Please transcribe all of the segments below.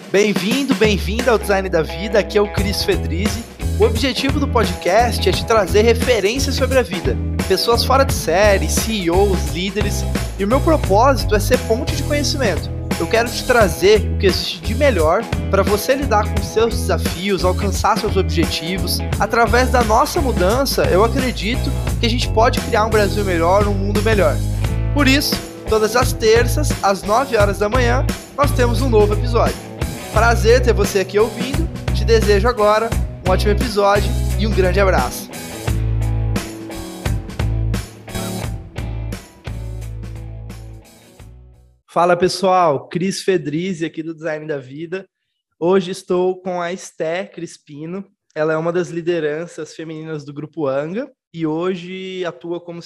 Bem-vindo, bem-vinda ao Design da Vida, aqui é o Cris Fedrizzi. O objetivo do podcast é te trazer referências sobre a vida, pessoas fora de série, CEOs, líderes, e o meu propósito é ser ponte de conhecimento. Eu quero te trazer o que existe de melhor para você lidar com seus desafios, alcançar seus objetivos. Através da nossa mudança, eu acredito que a gente pode criar um Brasil melhor, um mundo melhor. Por isso, todas as terças, às 9 horas da manhã, nós temos um novo episódio. Prazer ter você aqui ouvindo, te desejo agora um ótimo episódio e um grande abraço. Fala pessoal, Cris Fedrizzi aqui do Design da Vida. Hoje estou com a Esté Crispino, ela é uma das lideranças femininas do Grupo Anga e hoje atua como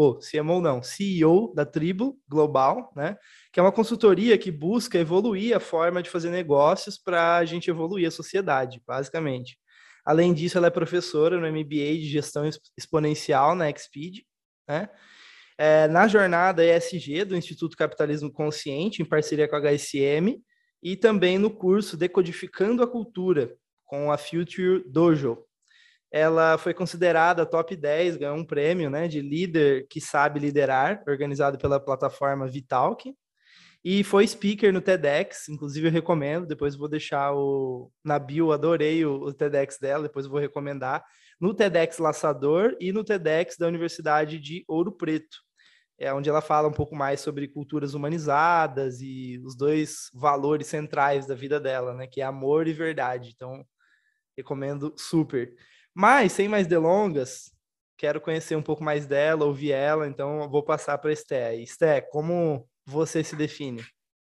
CEO da Tribo Global, né? Que é uma consultoria que busca evoluir a forma de fazer negócios para a gente evoluir a sociedade, basicamente. Além disso, ela é professora no MBA de Gestão Exponencial na Expeed, né? Na jornada ESG do Instituto Capitalismo Consciente, em parceria com a HSM, e também no curso Decodificando a Cultura, com a Future Dojo. Ela foi considerada top 10, ganhou um prêmio, né, de líder que sabe liderar, organizado pela plataforma Vitalk, e foi speaker no TEDx, inclusive eu recomendo, depois vou deixar na bio, adorei o TEDx dela, depois eu vou recomendar, no TEDx Laçador e no TEDx da Universidade de Ouro Preto, onde ela fala um pouco mais sobre culturas humanizadas e os dois valores centrais da vida dela, né, que é amor e verdade, então recomendo super. Mas, sem mais delongas, quero conhecer um pouco mais dela, ouvir ela, então eu vou passar para a Esté. Esté, como você se define?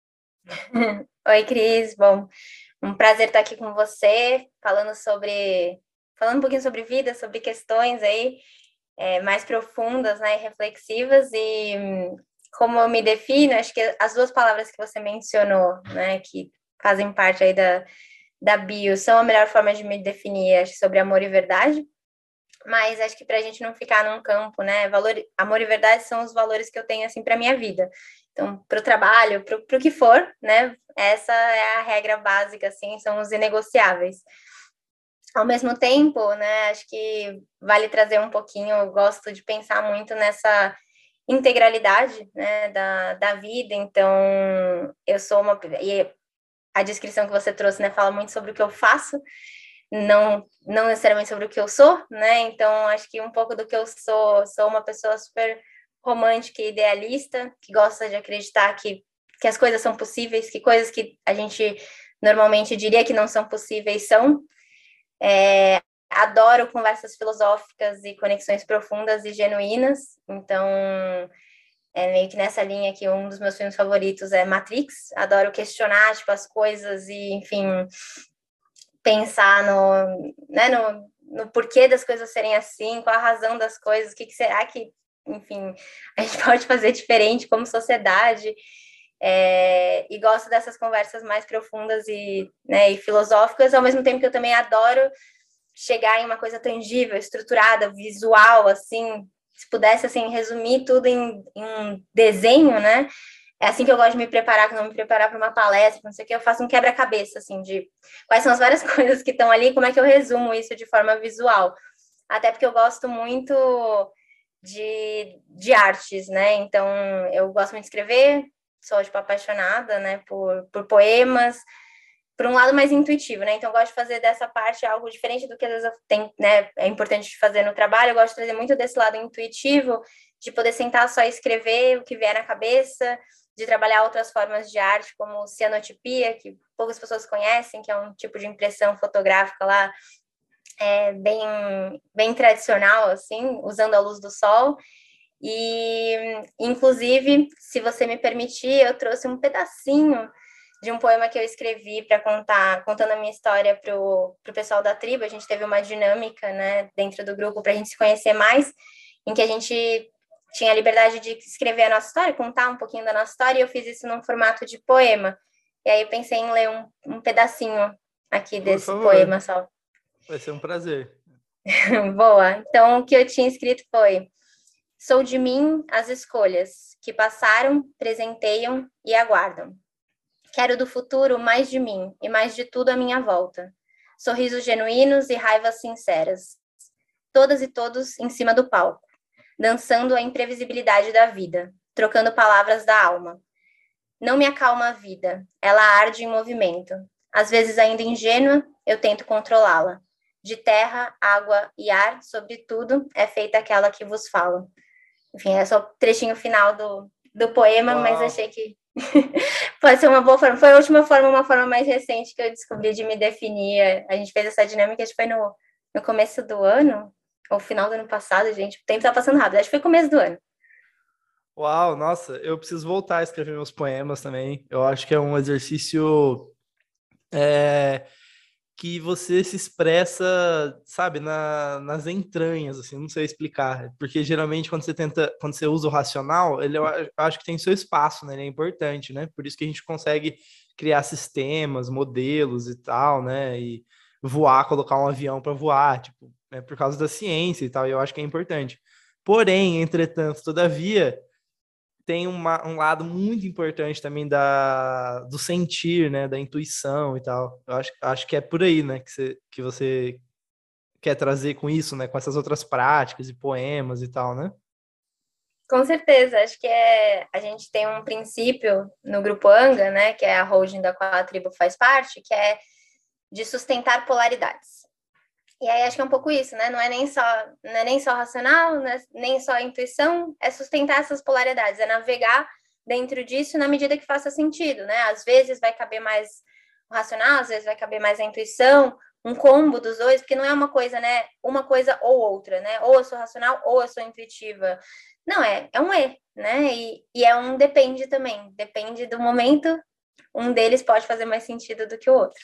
Oi, Cris. Bom, um prazer estar aqui com você, falando um pouquinho sobre vida, sobre questões aí mais profundas, né, e reflexivas. E como eu me defino, acho que as duas palavras que você mencionou, né, que fazem parte aí da bio, são a melhor forma de me definir, acho, sobre amor e verdade. Mas acho que para a gente não ficar num campo, né, amor e verdade são os valores que eu tenho, assim, para minha vida. Então, para o trabalho, para o que for, né, essa é a regra básica, assim, são os inegociáveis. Ao mesmo tempo, né, acho que vale trazer um pouquinho, eu gosto de pensar muito nessa integralidade, né, da vida. Então, eu sou e a descrição que você trouxe, né, fala muito sobre o que eu faço, não necessariamente sobre o que eu sou, né? Então, acho que um pouco do que eu sou uma pessoa super romântica e idealista, que gosta de acreditar que as coisas são possíveis, que coisas que a gente normalmente diria que não são possíveis são. Adoro conversas filosóficas e conexões profundas e genuínas, então meio que nessa linha que um dos meus filmes favoritos é Matrix. Adoro questionar, tipo, as coisas e, enfim, pensar no porquê das coisas serem assim, qual a razão das coisas, o que será que, enfim, a gente pode fazer diferente como sociedade. E gosto dessas conversas mais profundas e filosóficas, ao mesmo tempo que eu também adoro chegar em uma coisa tangível, estruturada, visual, assim, se pudesse, assim, resumir tudo em um desenho, né? É assim que eu gosto de me preparar, quando eu me preparar para uma palestra, não sei o que, eu faço um quebra-cabeça, assim, de quais são as várias coisas que estão ali, como é que eu resumo isso de forma visual. Até porque eu gosto muito de artes, né? Então, eu gosto muito de escrever, sou, tipo, apaixonada, né, por poemas, por um lado mais intuitivo, né? Então, eu gosto de fazer dessa parte algo diferente do que às vezes eu tenho, né, é importante de fazer no trabalho. Eu gosto de trazer muito desse lado intuitivo, de poder sentar só e escrever o que vier na cabeça, de trabalhar outras formas de arte, como cianotipia, que poucas pessoas conhecem, que é um tipo de impressão fotográfica lá, bem, bem tradicional, assim, usando a luz do sol. E, inclusive, se você me permitir, eu trouxe um pedacinho de um poema que eu escrevi para contando a minha história para o pessoal da tribo. A gente teve uma dinâmica, né, dentro do grupo para a gente se conhecer mais, em que a gente tinha a liberdade de escrever a nossa história, contar um pouquinho da nossa história, e eu fiz isso num formato de poema. E aí eu pensei em ler um pedacinho aqui Por desse favor, poema só. vai ser um prazer. Boa. Então, o que eu tinha escrito foi: sou de mim as escolhas que passaram, presenteiam e aguardam. Quero do futuro mais de mim e mais de tudo à minha volta. Sorrisos genuínos e raivas sinceras. Todas e todos em cima do palco, dançando a imprevisibilidade da vida, trocando palavras da alma. Não me acalma a vida, ela arde em movimento. Às vezes ainda ingênua, eu tento controlá-la. De terra, água e ar, sobretudo, é feita aquela que vos falo. Enfim, é só o trechinho final do poema, mas Uau. achei que pode ser uma boa forma. Foi a última forma, uma forma mais recente que eu descobri de me definir. A gente fez essa dinâmica, acho que foi no começo do ano, ou final do ano passado, gente. O tempo tá passando rápido, acho que foi começo do ano. Uau, nossa, eu preciso voltar a escrever meus poemas também. Eu acho que é um exercício é, que você se expressa, sabe, nas entranhas, assim, não sei explicar. Porque geralmente quando você usa o racional, acho que tem seu espaço, né? Ele é importante, né? Por isso que a gente consegue criar sistemas, modelos e tal, né? E voar, colocar um avião para voar, tipo, é por causa da ciência e tal, e eu acho que é importante. Porém, entretanto, todavia tem um lado muito importante também do sentir, né? Da intuição e tal. Eu acho que é por aí, né? Que você quer trazer com isso, né? Com essas outras práticas e poemas e tal, né? Com certeza, acho que a gente tem um princípio no Grupo Anga, né, que é a holding da qual a tribo faz parte, que é de sustentar polaridades. E aí acho que é um pouco isso, né? Não é nem só racional, né? Nem só intuição, é sustentar essas polaridades, é navegar dentro disso na medida que faça sentido, né? Às vezes vai caber mais o racional, às vezes vai caber mais a intuição, um combo dos dois, porque não é uma coisa, né? Uma coisa ou outra, né? Ou eu sou racional ou eu sou intuitiva. Não, é um né? E é um depende também, depende do momento, um deles pode fazer mais sentido do que o outro.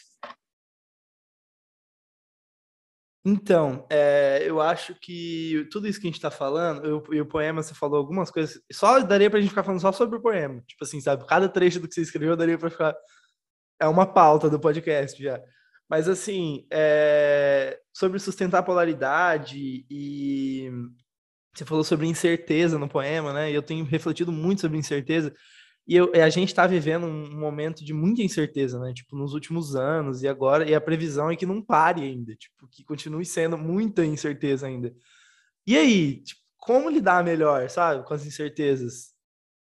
Então, eu acho que tudo isso que a gente está falando, e o poema, você falou algumas coisas, só daria para a gente ficar falando só sobre o poema. Tipo assim, sabe? Cada trecho do que você escreveu daria para ficar. É uma pauta do podcast já. Mas, assim, sobre sustentar a polaridade e você falou sobre incerteza no poema, né? E eu tenho refletido muito sobre incerteza. A gente está vivendo um momento de muita incerteza, né? Tipo, nos últimos anos e agora, e a previsão é que não pare ainda, tipo, que continue sendo muita incerteza ainda. E aí, tipo, como lidar melhor, sabe, com as incertezas?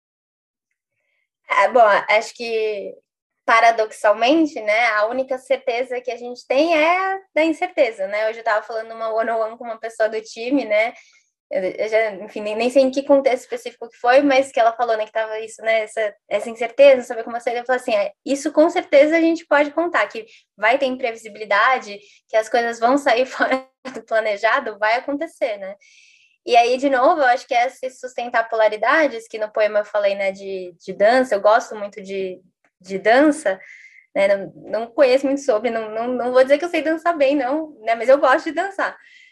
Bom, acho que paradoxalmente, né, a única certeza que a gente tem é da incerteza, né? Hoje eu estava falando numa one-on-one com uma pessoa do time, né? Eu já, enfim, nem sei em que contexto específico que foi, mas que ela falou, né, que tava isso, né, essa incerteza, não saber como ser. Eu falei assim, isso com certeza a gente pode contar, que vai ter imprevisibilidade, que as coisas vão sair fora do planejado, vai acontecer, né? E aí, de novo, eu acho que é se sustentar polaridades, que no poema eu falei, né, de dança, eu gosto muito de dança, né, não conheço muito sobre, não vou dizer que eu sei dançar bem, não, né, mas eu gosto de dançar.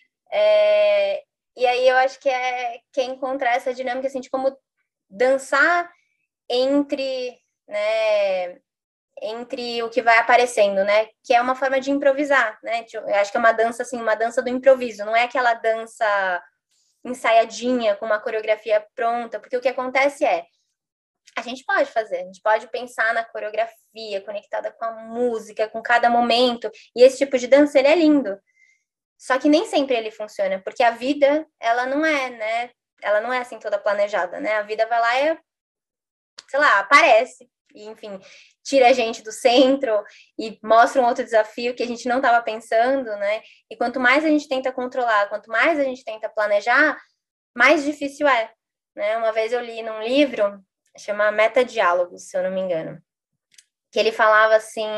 E aí eu acho que é encontrar essa dinâmica, assim, de como dançar entre, né, entre o que vai aparecendo, né, que é uma forma de improvisar, né, eu acho que é uma dança, assim, uma dança do improviso, não é aquela dança ensaiadinha, com uma coreografia pronta, porque o que acontece a gente pode fazer, a gente pode pensar na coreografia conectada com a música, com cada momento, e esse tipo de dança, ele é lindo. Só que nem sempre ele funciona, porque a vida, ela não é, né? Ela não é assim toda planejada, né? A vida vai lá e, sei lá, aparece. E, enfim, tira a gente do centro e mostra um outro desafio que a gente não estava pensando, né? E quanto mais a gente tenta controlar, quanto mais a gente tenta planejar, mais difícil é, né? Uma vez eu li num livro, chama Meta-Diálogos, se eu não me engano, que ele falava assim,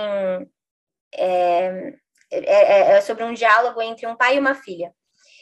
é sobre um diálogo entre um pai e uma filha.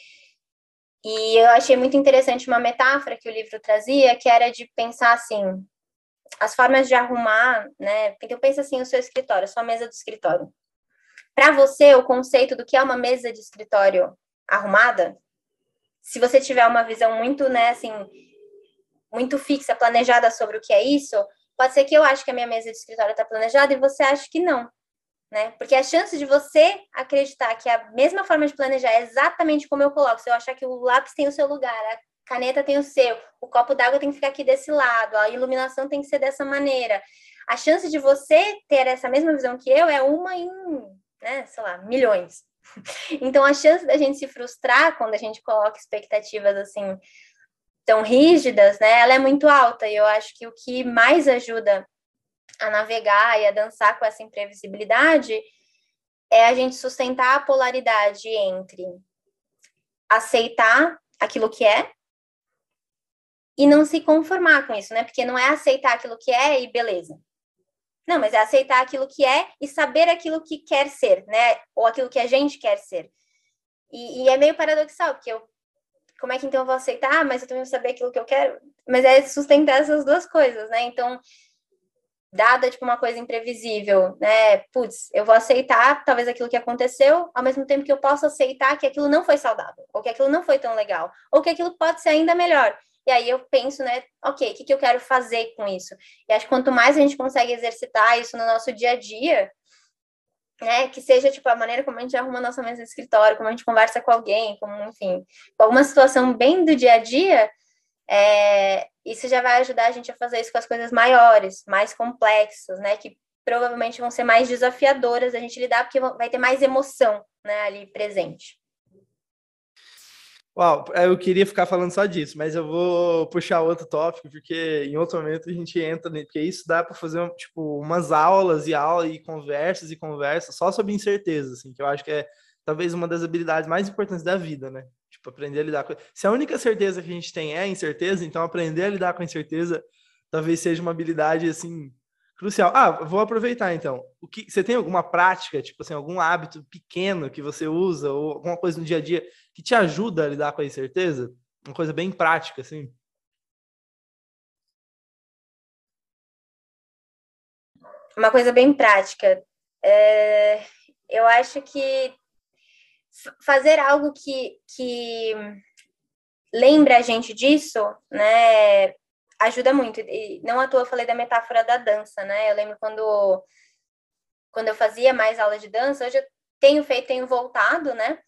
E eu achei muito interessante uma metáfora que o livro trazia, que era de pensar assim, as formas de arrumar, né? Então pensa assim, o seu escritório, a sua mesa do escritório. Para você, o conceito do que é uma mesa de escritório arrumada, se você tiver uma visão muito, né, assim, muito fixa, planejada sobre o que é isso, pode ser que eu ache que a minha mesa de escritório está planejada e você ache que não, né? Porque a chance de você acreditar que a mesma forma de planejar é exatamente como eu coloco, se eu achar que o lápis tem o seu lugar, a caneta tem o seu, o copo d'água tem que ficar aqui desse lado, a iluminação tem que ser dessa maneira, a chance de você ter essa mesma visão que eu é uma em, né, sei lá, milhões. Então, a chance da gente se frustrar quando a gente coloca expectativas, assim, tão rígidas, né, ela é muito alta. E eu acho que o que mais ajuda a navegar e a dançar com essa imprevisibilidade é a gente sustentar a polaridade entre aceitar aquilo que é e não se conformar com isso, né? Porque não é aceitar aquilo que é e beleza. Não, mas é aceitar aquilo que é e saber aquilo que quer ser, né? Ou aquilo que a gente quer ser. E é meio paradoxal, porque como é que então eu vou aceitar, mas eu também vou saber aquilo que eu quero? Mas é sustentar essas duas coisas, né? Então, dada, tipo, uma coisa imprevisível, né? Putz, eu vou aceitar talvez aquilo que aconteceu, ao mesmo tempo que eu posso aceitar que aquilo não foi saudável, ou que aquilo não foi tão legal, ou que aquilo pode ser ainda melhor. E aí eu penso, né, ok, o que eu quero fazer com isso? E acho que quanto mais a gente consegue exercitar isso no nosso dia a dia, né, que seja, tipo, a maneira como a gente arruma a nossa mesa de escritório, como a gente conversa com alguém, como, enfim, com alguma situação bem do dia a dia, isso já vai ajudar a gente a fazer isso com as coisas maiores, mais complexas, né, que provavelmente vão ser mais desafiadoras a gente lidar, porque vai ter mais emoção, né, ali presente. Uau, eu queria ficar falando só disso, mas eu vou puxar outro tópico, porque em outro momento a gente entra, porque isso dá para fazer tipo umas aulas e conversas só sobre incerteza, assim, que eu acho que é talvez uma das habilidades mais importantes da vida, né? Tipo, aprender a lidar com... Se a única certeza que a gente tem é a incerteza, então aprender a lidar com a incerteza talvez seja uma habilidade, assim, crucial. Vou aproveitar então. Você tem alguma prática, tipo assim, algum hábito pequeno que você usa, ou alguma coisa no dia a dia que te ajuda a lidar com a incerteza? Uma coisa bem prática, assim. Uma coisa bem prática. Eu acho que fazer algo que lembra a gente disso, né, ajuda muito. E não à toa eu falei da metáfora da dança, né? Eu lembro quando eu fazia mais aula de dança, hoje eu tenho voltado, né?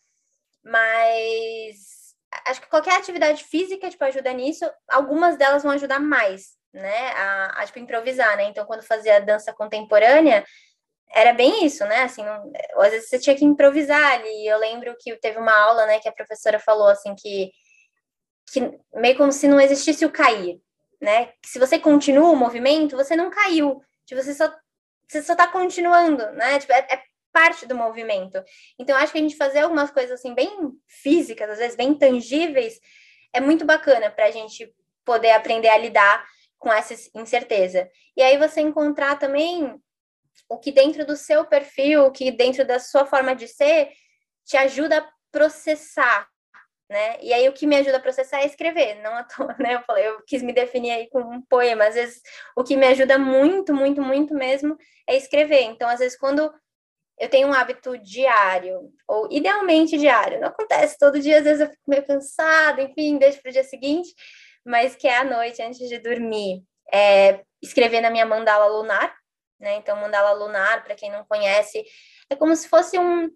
Mas acho que qualquer atividade física, tipo, ajuda nisso. Algumas delas vão ajudar mais, né? Tipo, improvisar, né? Então, quando fazia dança contemporânea, era bem isso, né? Assim, às vezes você tinha que improvisar ali. Eu lembro que teve uma aula, né, que a professora falou, assim, que meio como se não existisse o cair, né? Que se você continua o movimento, você não caiu. Tipo, você só tá continuando, né? Tipo, é parte do movimento. Então, acho que a gente fazer algumas coisas assim, bem físicas, às vezes bem tangíveis, é muito bacana para a gente poder aprender a lidar com essa incerteza. E aí você encontrar também o que dentro do seu perfil, o que dentro da sua forma de ser, te ajuda a processar, né? E aí o que me ajuda a processar é escrever, não à toa, né? Eu quis me definir aí com um poema. Às vezes o que me ajuda muito, muito, muito mesmo é escrever. Então, às vezes, quando eu tenho um hábito diário, ou idealmente diário, não acontece todo dia, às vezes eu fico meio cansada, enfim, deixo para o dia seguinte, mas que é à noite, antes de dormir, escrever na minha mandala lunar, né? Então, mandala lunar, para quem não conhece, é como se fosse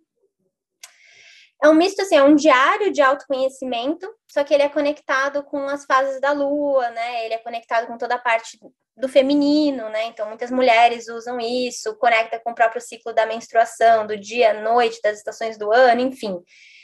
é um misto, assim, é um diário de autoconhecimento, só que ele é conectado com as fases da lua, né? Ele é conectado com toda a parte do feminino, né? Então, muitas mulheres usam isso, conecta com o próprio ciclo da menstruação, do dia, noite, das estações do ano, enfim.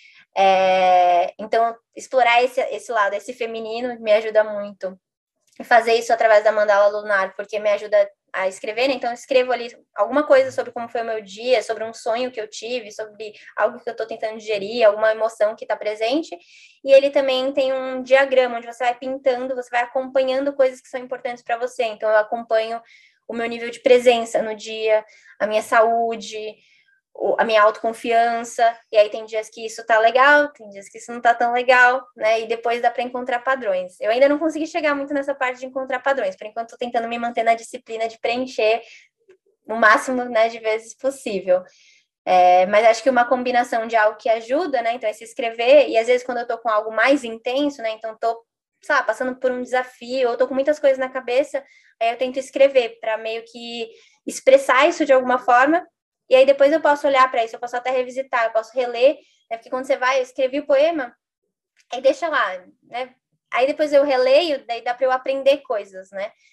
Então, explorar esse lado, esse feminino, me ajuda muito. E fazer isso através da mandala lunar, porque me ajuda a escrever, né? Então eu escrevo ali alguma coisa sobre como foi o meu dia, sobre um sonho que eu tive, sobre algo que eu estou tentando digerir, alguma emoção que está presente. E ele também tem um diagrama onde você vai pintando, você vai acompanhando coisas que são importantes para você. Então eu acompanho o meu nível de presença no dia, a minha saúde, a minha autoconfiança, e aí tem dias que isso tá legal, tem dias que isso não tá tão legal, né? E depois dá para encontrar padrões. Eu ainda não consegui chegar muito nessa parte de encontrar padrões, por enquanto tô tentando me manter na disciplina de preencher no máximo, né, de vezes possível. Mas acho que uma combinação de algo que ajuda, né? Então é se escrever, e às vezes quando eu tô com algo mais intenso, né? Então tô, sei lá, passando por um desafio, ou tô com muitas coisas na cabeça, aí eu tento escrever para meio que expressar isso de alguma forma. E aí depois eu posso olhar para isso, eu posso até revisitar, eu posso reler, né? Porque quando você vai, eu escrevi o poema, aí deixa lá, né? Aí depois eu releio, daí dá para eu aprender coisas, né?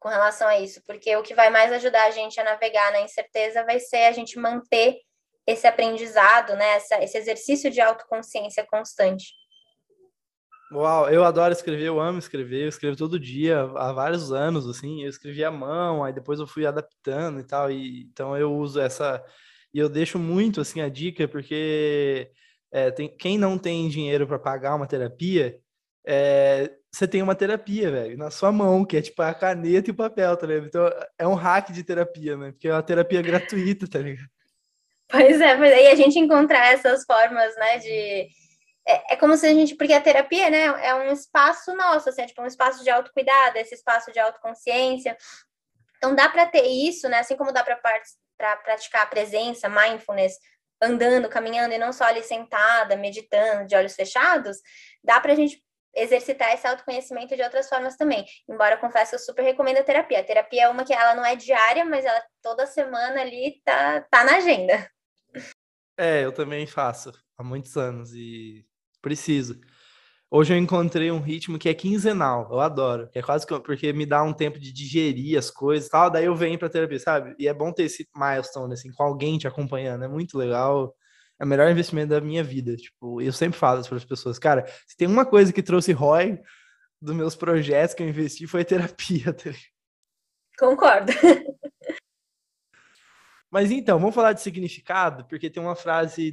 com relação a isso, porque o que vai mais ajudar a gente a navegar na incerteza vai ser a gente manter esse aprendizado, né, esse exercício de autoconsciência constante. Uau, eu adoro escrever, eu amo escrever, eu escrevo todo dia, há vários anos, assim, eu escrevi à mão, aí depois eu fui adaptando e tal, e então eu uso essa, e eu deixo muito, assim, a dica, porque quem não tem dinheiro para pagar uma terapia, você tem uma terapia, velho, na sua mão, que é tipo a caneta e o papel, tá ligado? Então é um hack de terapia, né? Porque é uma terapia gratuita, tá ligado? Pois é, e a gente encontrar essas formas, né, de... É como se a gente... Porque a terapia, né, é um espaço nosso, assim, é tipo um espaço de autocuidado, esse espaço de autoconsciência. Então, dá para ter isso, né, assim como dá para praticar a presença, mindfulness, andando, caminhando, e não só ali sentada, meditando, de olhos fechados, dá para a gente exercitar esse autoconhecimento de outras formas também. Embora eu confesso que eu super recomendo a terapia. A terapia é uma que ela não é diária, mas ela toda semana ali tá na agenda. Eu também faço há muitos anos e preciso. Hoje eu encontrei um ritmo que é quinzenal, eu adoro, que é quase que porque me dá um tempo de digerir as coisas e tal, daí eu venho pra terapia, sabe? E é bom ter esse milestone, assim, com alguém te acompanhando, é muito legal, é o melhor investimento da minha vida, tipo, eu sempre falo isso para as pessoas, cara, se tem uma coisa que trouxe ROI dos meus projetos que eu investi foi terapia, tá ligado? Concordo. Mas então, vamos falar de significado, porque tem uma frase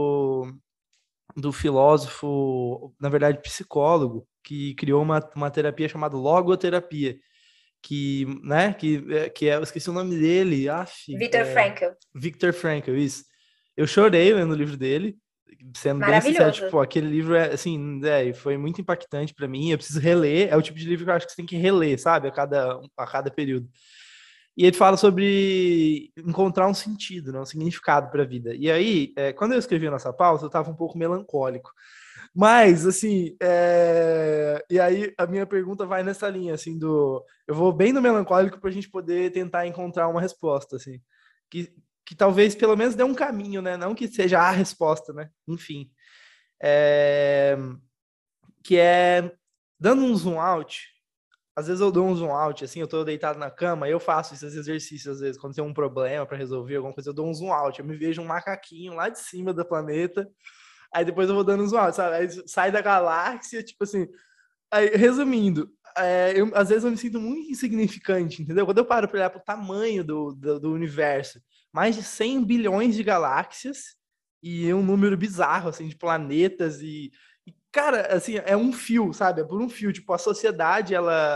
do filósofo, na verdade, psicólogo, que criou uma terapia chamada logoterapia, que, né, eu esqueci o nome dele, Viktor Frankl. Viktor Frankl, isso. Eu chorei lendo o livro dele, sendo bem sincero, tipo, aquele livro assim, foi muito impactante para mim, eu preciso reler, é o tipo de livro que eu acho que você tem que reler, sabe, a cada período. E ele fala sobre encontrar um sentido, né, um significado para a vida. E aí, quando eu escrevi a nossa pauta, eu estava um pouco melancólico. Mas, assim, e aí a minha pergunta vai nessa linha, assim, eu vou bem no melancólico para a gente poder tentar encontrar uma resposta, assim, que talvez pelo menos dê um caminho, né? Não que seja a resposta, né? Enfim. Que é, dando um zoom out, às vezes eu dou um zoom out, assim, eu tô deitado na cama, eu faço esses exercícios, às vezes, quando tem um problema para resolver alguma coisa, eu dou um zoom out, eu me vejo um macaquinho lá de cima do planeta, aí depois eu vou dando um zoom out, sabe? Aí sai da galáxia, tipo assim. Aí, resumindo, às vezes eu me sinto muito insignificante, entendeu? Quando eu paro para olhar para o tamanho do universo, mais de 100 bilhões de galáxias e um número bizarro, assim, de planetas cara, assim, é um fio, sabe? É por um fio. Tipo, a sociedade,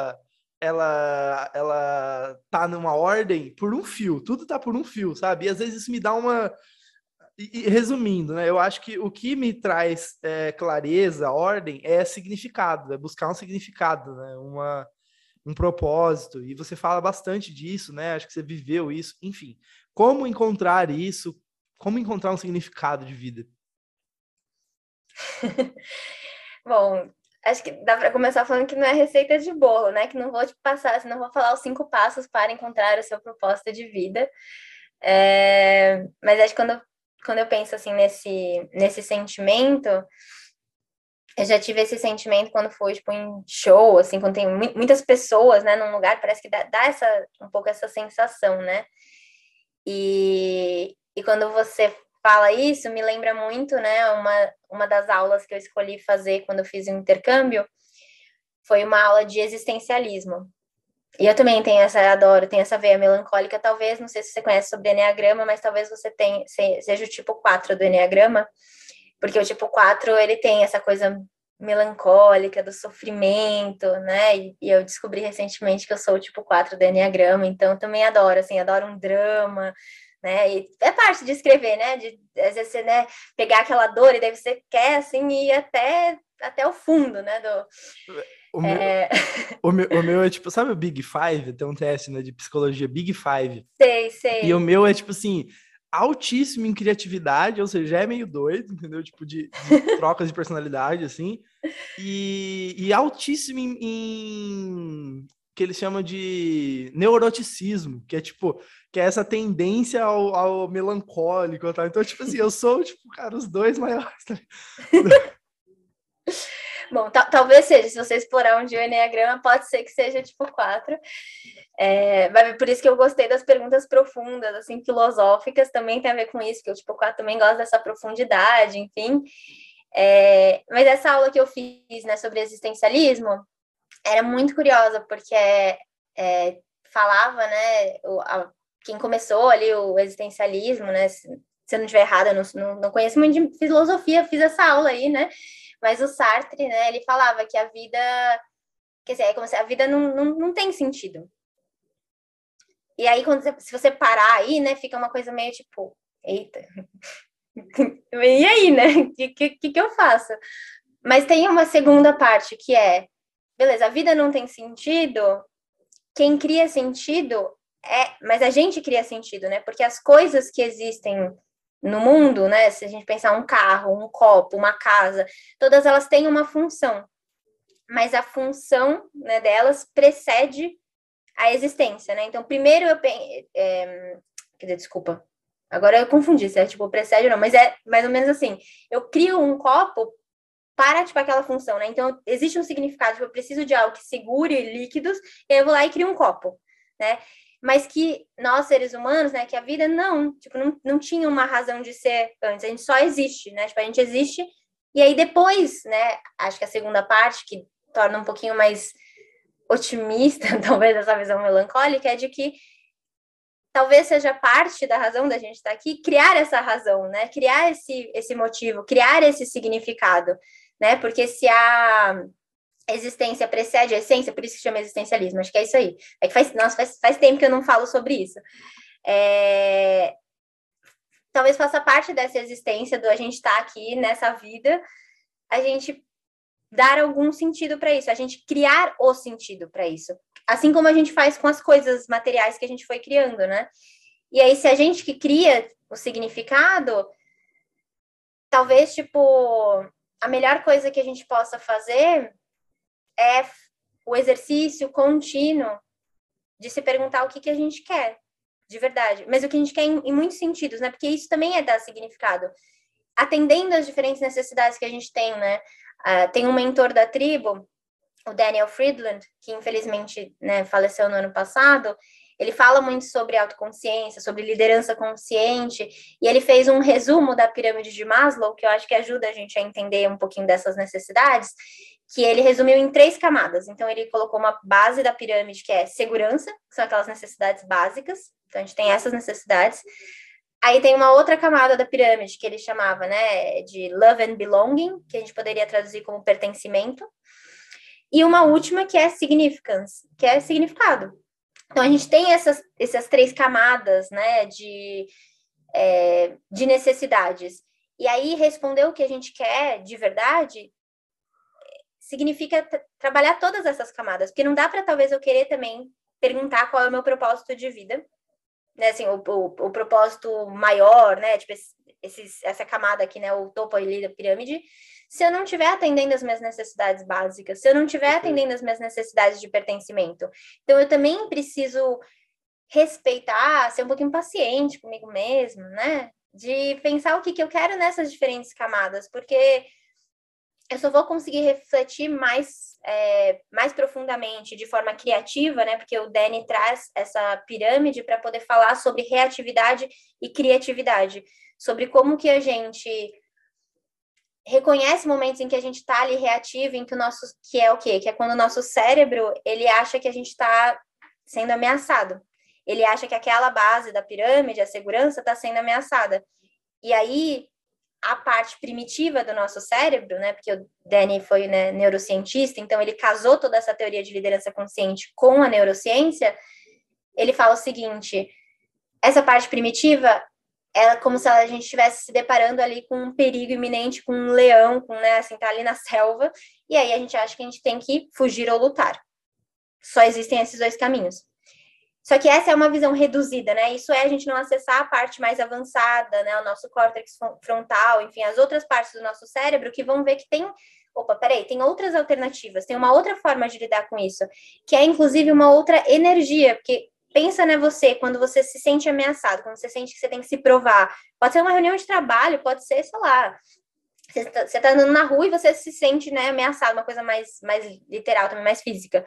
ela tá numa ordem por um fio. Tudo tá por um fio, sabe? E às vezes isso me dá uma... E resumindo, né? Eu acho que o que me traz clareza, ordem, é significado, é buscar um significado, né? Um propósito. E você fala bastante disso, né? Acho que você viveu isso. Enfim, como encontrar isso? Como encontrar um significado de vida? Bom, acho que dá para começar falando que não é receita de bolo, né? Que não vou te passar, senão vou falar os 5 passos para encontrar o seu propósito de vida. Mas acho que quando eu penso assim nesse sentimento, eu já tive esse sentimento quando fui tipo em show, assim, quando tem muitas pessoas, né, num lugar, parece que dá um pouco essa sensação, né? E quando você fala isso, me lembra muito, né, uma das aulas que eu escolhi fazer quando eu fiz um intercâmbio, foi uma aula de existencialismo. E eu também tenho tenho essa veia melancólica, talvez, não sei se você conhece sobre Eneagrama, mas talvez você seja o tipo 4 do Eneagrama, porque o tipo 4, ele tem essa coisa melancólica, do sofrimento, né, e eu descobri recentemente que eu sou o tipo 4 do Eneagrama, então eu também adoro, assim, adoro um drama, né, e é parte de escrever, né, às vezes você, né, pegar aquela dor e daí você quer, assim, ir até o fundo, né, O meu, o meu é tipo, sabe o Big Five? Tem um teste, né, de psicologia, Big Five. E o Sei. meu é tipo assim, altíssimo em criatividade, ou seja, já é meio doido, entendeu? Tipo, de trocas de personalidade, assim. E altíssimo que eles chamam de neuroticismo, que é tipo, que é essa tendência ao melancólico, tá? Então, tipo assim, eu sou, tipo, cara, os dois maiores, tá? Bom, talvez seja, se você explorar um dia o Enneagrama, pode ser que seja tipo 4. Por isso que eu gostei das perguntas profundas, assim, filosóficas, também tem a ver com isso, que eu, tipo, 4 também gosto dessa profundidade, enfim. Mas essa aula que eu fiz, né, sobre existencialismo, era muito curiosa, porque falava, né, quem começou ali o existencialismo, né, se eu não estiver errada, não conheço muito de filosofia, fiz essa aula aí, né, mas o Sartre, né, ele falava que a vida, quer dizer, é como se a vida não tem sentido. E aí, se você parar aí, né, fica uma coisa meio tipo, eita, e aí, né, o que eu faço? Mas tem uma segunda parte que beleza, a vida não tem sentido, quem cria sentido mas a gente cria sentido, né? Porque as coisas que existem no mundo, né? Se a gente pensar um carro, um copo, uma casa, todas elas têm uma função, mas a função, né, delas precede a existência, né? Então, primeiro quer dizer, desculpa, agora eu confundi se tipo precede ou não, mas é mais ou menos assim, eu crio um copo para, tipo, aquela função, né? Então, existe um significado, tipo, eu preciso de algo que segure líquidos, e aí eu vou lá e crio um copo, né? Mas que nós, seres humanos, né, que a vida tipo, não tinha uma razão de ser antes, a gente só existe, né? Tipo, a gente existe, e aí depois, né, acho que a segunda parte, que torna um pouquinho mais otimista, talvez, essa visão melancólica, é de que talvez seja parte da razão da gente estar aqui, criar essa razão, né? Criar esse motivo, criar esse significado, né? Porque se a existência precede a essência, por isso que chama existencialismo, acho que é isso aí. É que faz tempo que eu não falo sobre isso. Talvez faça parte dessa existência do a gente estar aqui nessa vida, a gente dar algum sentido para isso, a gente criar o sentido para isso. Assim como a gente faz com as coisas materiais que a gente foi criando, né? E aí, se a gente que cria o significado, talvez, tipo, a melhor coisa que a gente possa fazer é o exercício contínuo de se perguntar o que a gente quer, de verdade. Mas o que a gente quer em muitos sentidos, né? Porque isso também é dar significado. Atendendo às diferentes necessidades que a gente tem, né? Tem um mentor da tribo, o Daniel Friedland, que infelizmente, né, faleceu no ano passado. Ele fala muito sobre autoconsciência, sobre liderança consciente, e ele fez um resumo da pirâmide de Maslow, que eu acho que ajuda a gente a entender um pouquinho dessas necessidades, que ele resumiu em 3 camadas. Então, ele colocou uma base da pirâmide, que é segurança, que são aquelas necessidades básicas. Então, a gente tem essas necessidades. Aí tem uma outra camada da pirâmide, que ele chamava, né, de love and belonging, que a gente poderia traduzir como pertencimento. E uma última que é significance, que é significado. Então, a gente tem essas 3 camadas, né, de necessidades. E aí, responder o que a gente quer de verdade significa trabalhar todas essas camadas, porque não dá para, talvez, eu querer também perguntar qual é o meu propósito de vida, né, assim, o propósito maior, né, tipo, essa camada aqui, né, o topo ali da pirâmide, se eu não estiver atendendo as minhas necessidades básicas, se eu não estiver atendendo as minhas necessidades de pertencimento. Então, eu também preciso respeitar, ser um pouquinho paciente comigo mesmo, né, de pensar o que eu quero nessas diferentes camadas, porque eu só vou conseguir refletir mais profundamente, de forma criativa, né? Porque o Danny traz essa pirâmide para poder falar sobre reatividade e criatividade, sobre como que a gente reconhece momentos em que a gente está ali reativo, em que é o quê? Que é quando o nosso cérebro, ele acha que a gente está sendo ameaçado. Ele acha que aquela base da pirâmide, a segurança, está sendo ameaçada. E aí, a parte primitiva do nosso cérebro, né, porque o Danny foi, né, neurocientista, então ele casou toda essa teoria de liderança consciente com a neurociência. Ele fala o seguinte: essa parte primitiva é como se a gente estivesse se deparando ali com um perigo iminente, com um leão, né, assim, tá ali na selva, e aí a gente acha que a gente tem que fugir ou lutar. Só existem esses 2 caminhos. Só que essa é uma visão reduzida, né? Isso é a gente não acessar a parte mais avançada, né? O nosso córtex frontal, enfim, as outras partes do nosso cérebro que vão ver que tem tem outras alternativas, tem uma outra forma de lidar com isso, que é inclusive uma outra energia, porque pensa, né, quando você se sente ameaçado, quando você sente que você tem que se provar, pode ser uma reunião de trabalho, pode ser, sei lá, Você tá andando na rua e você se sente, né, ameaçado, uma coisa mais literal, também mais física.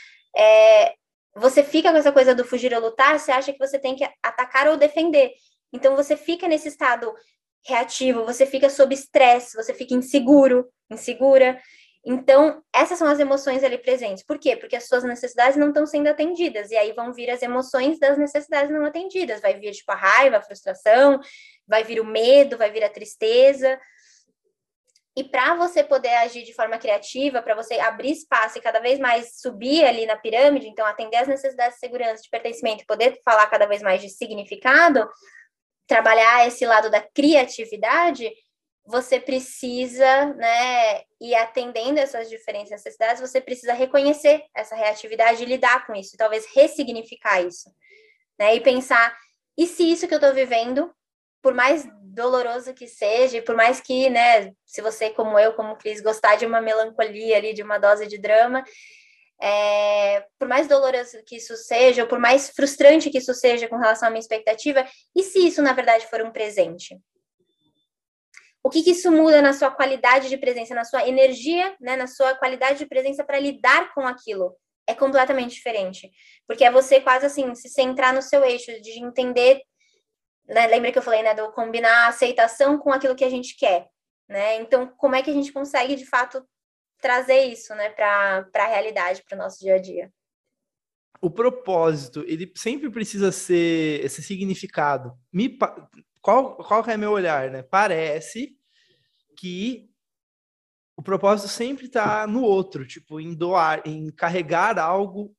Você fica com essa coisa do fugir ou lutar, você acha que você tem que atacar ou defender. Então, você fica nesse estado reativo, você fica sob estresse, você fica inseguro, insegura. Então, essas são as emoções ali presentes. Por quê? Porque as suas necessidades não estão sendo atendidas. E aí vão vir as emoções das necessidades não atendidas. Vai vir, tipo, a raiva, a frustração, vai vir o medo, vai vir a tristeza. E para você poder agir de forma criativa, para você abrir espaço e cada vez mais subir ali na pirâmide, então atender as necessidades de segurança, de pertencimento, poder falar cada vez mais de significado, trabalhar esse lado da criatividade, você precisa, né, ir atendendo essas diferentes necessidades, você precisa reconhecer essa reatividade e lidar com isso, talvez ressignificar isso, né, e pensar, e se isso que eu estou vivendo, por mais doloroso que seja, e por mais que, né, se você, como eu, como Cris, gostar de uma melancolia ali, de uma dose de drama, por mais doloroso que isso seja, ou por mais frustrante que isso seja com relação à minha expectativa, e se isso, na verdade, for um presente? O que isso muda na sua qualidade de presença, na sua energia, né, na sua qualidade de presença para lidar com aquilo? É completamente diferente. Porque é você quase assim, se centrar no seu eixo, de entender, né, lembra que eu falei, né, do combinar a aceitação com aquilo que a gente quer, né? Então, como é que a gente consegue, de fato, trazer isso, né, para a realidade, para o nosso dia a dia? O propósito, ele sempre precisa ser esse significado. Qual que é meu olhar, né? Parece que o propósito sempre está no outro, tipo, em doar, em carregar algo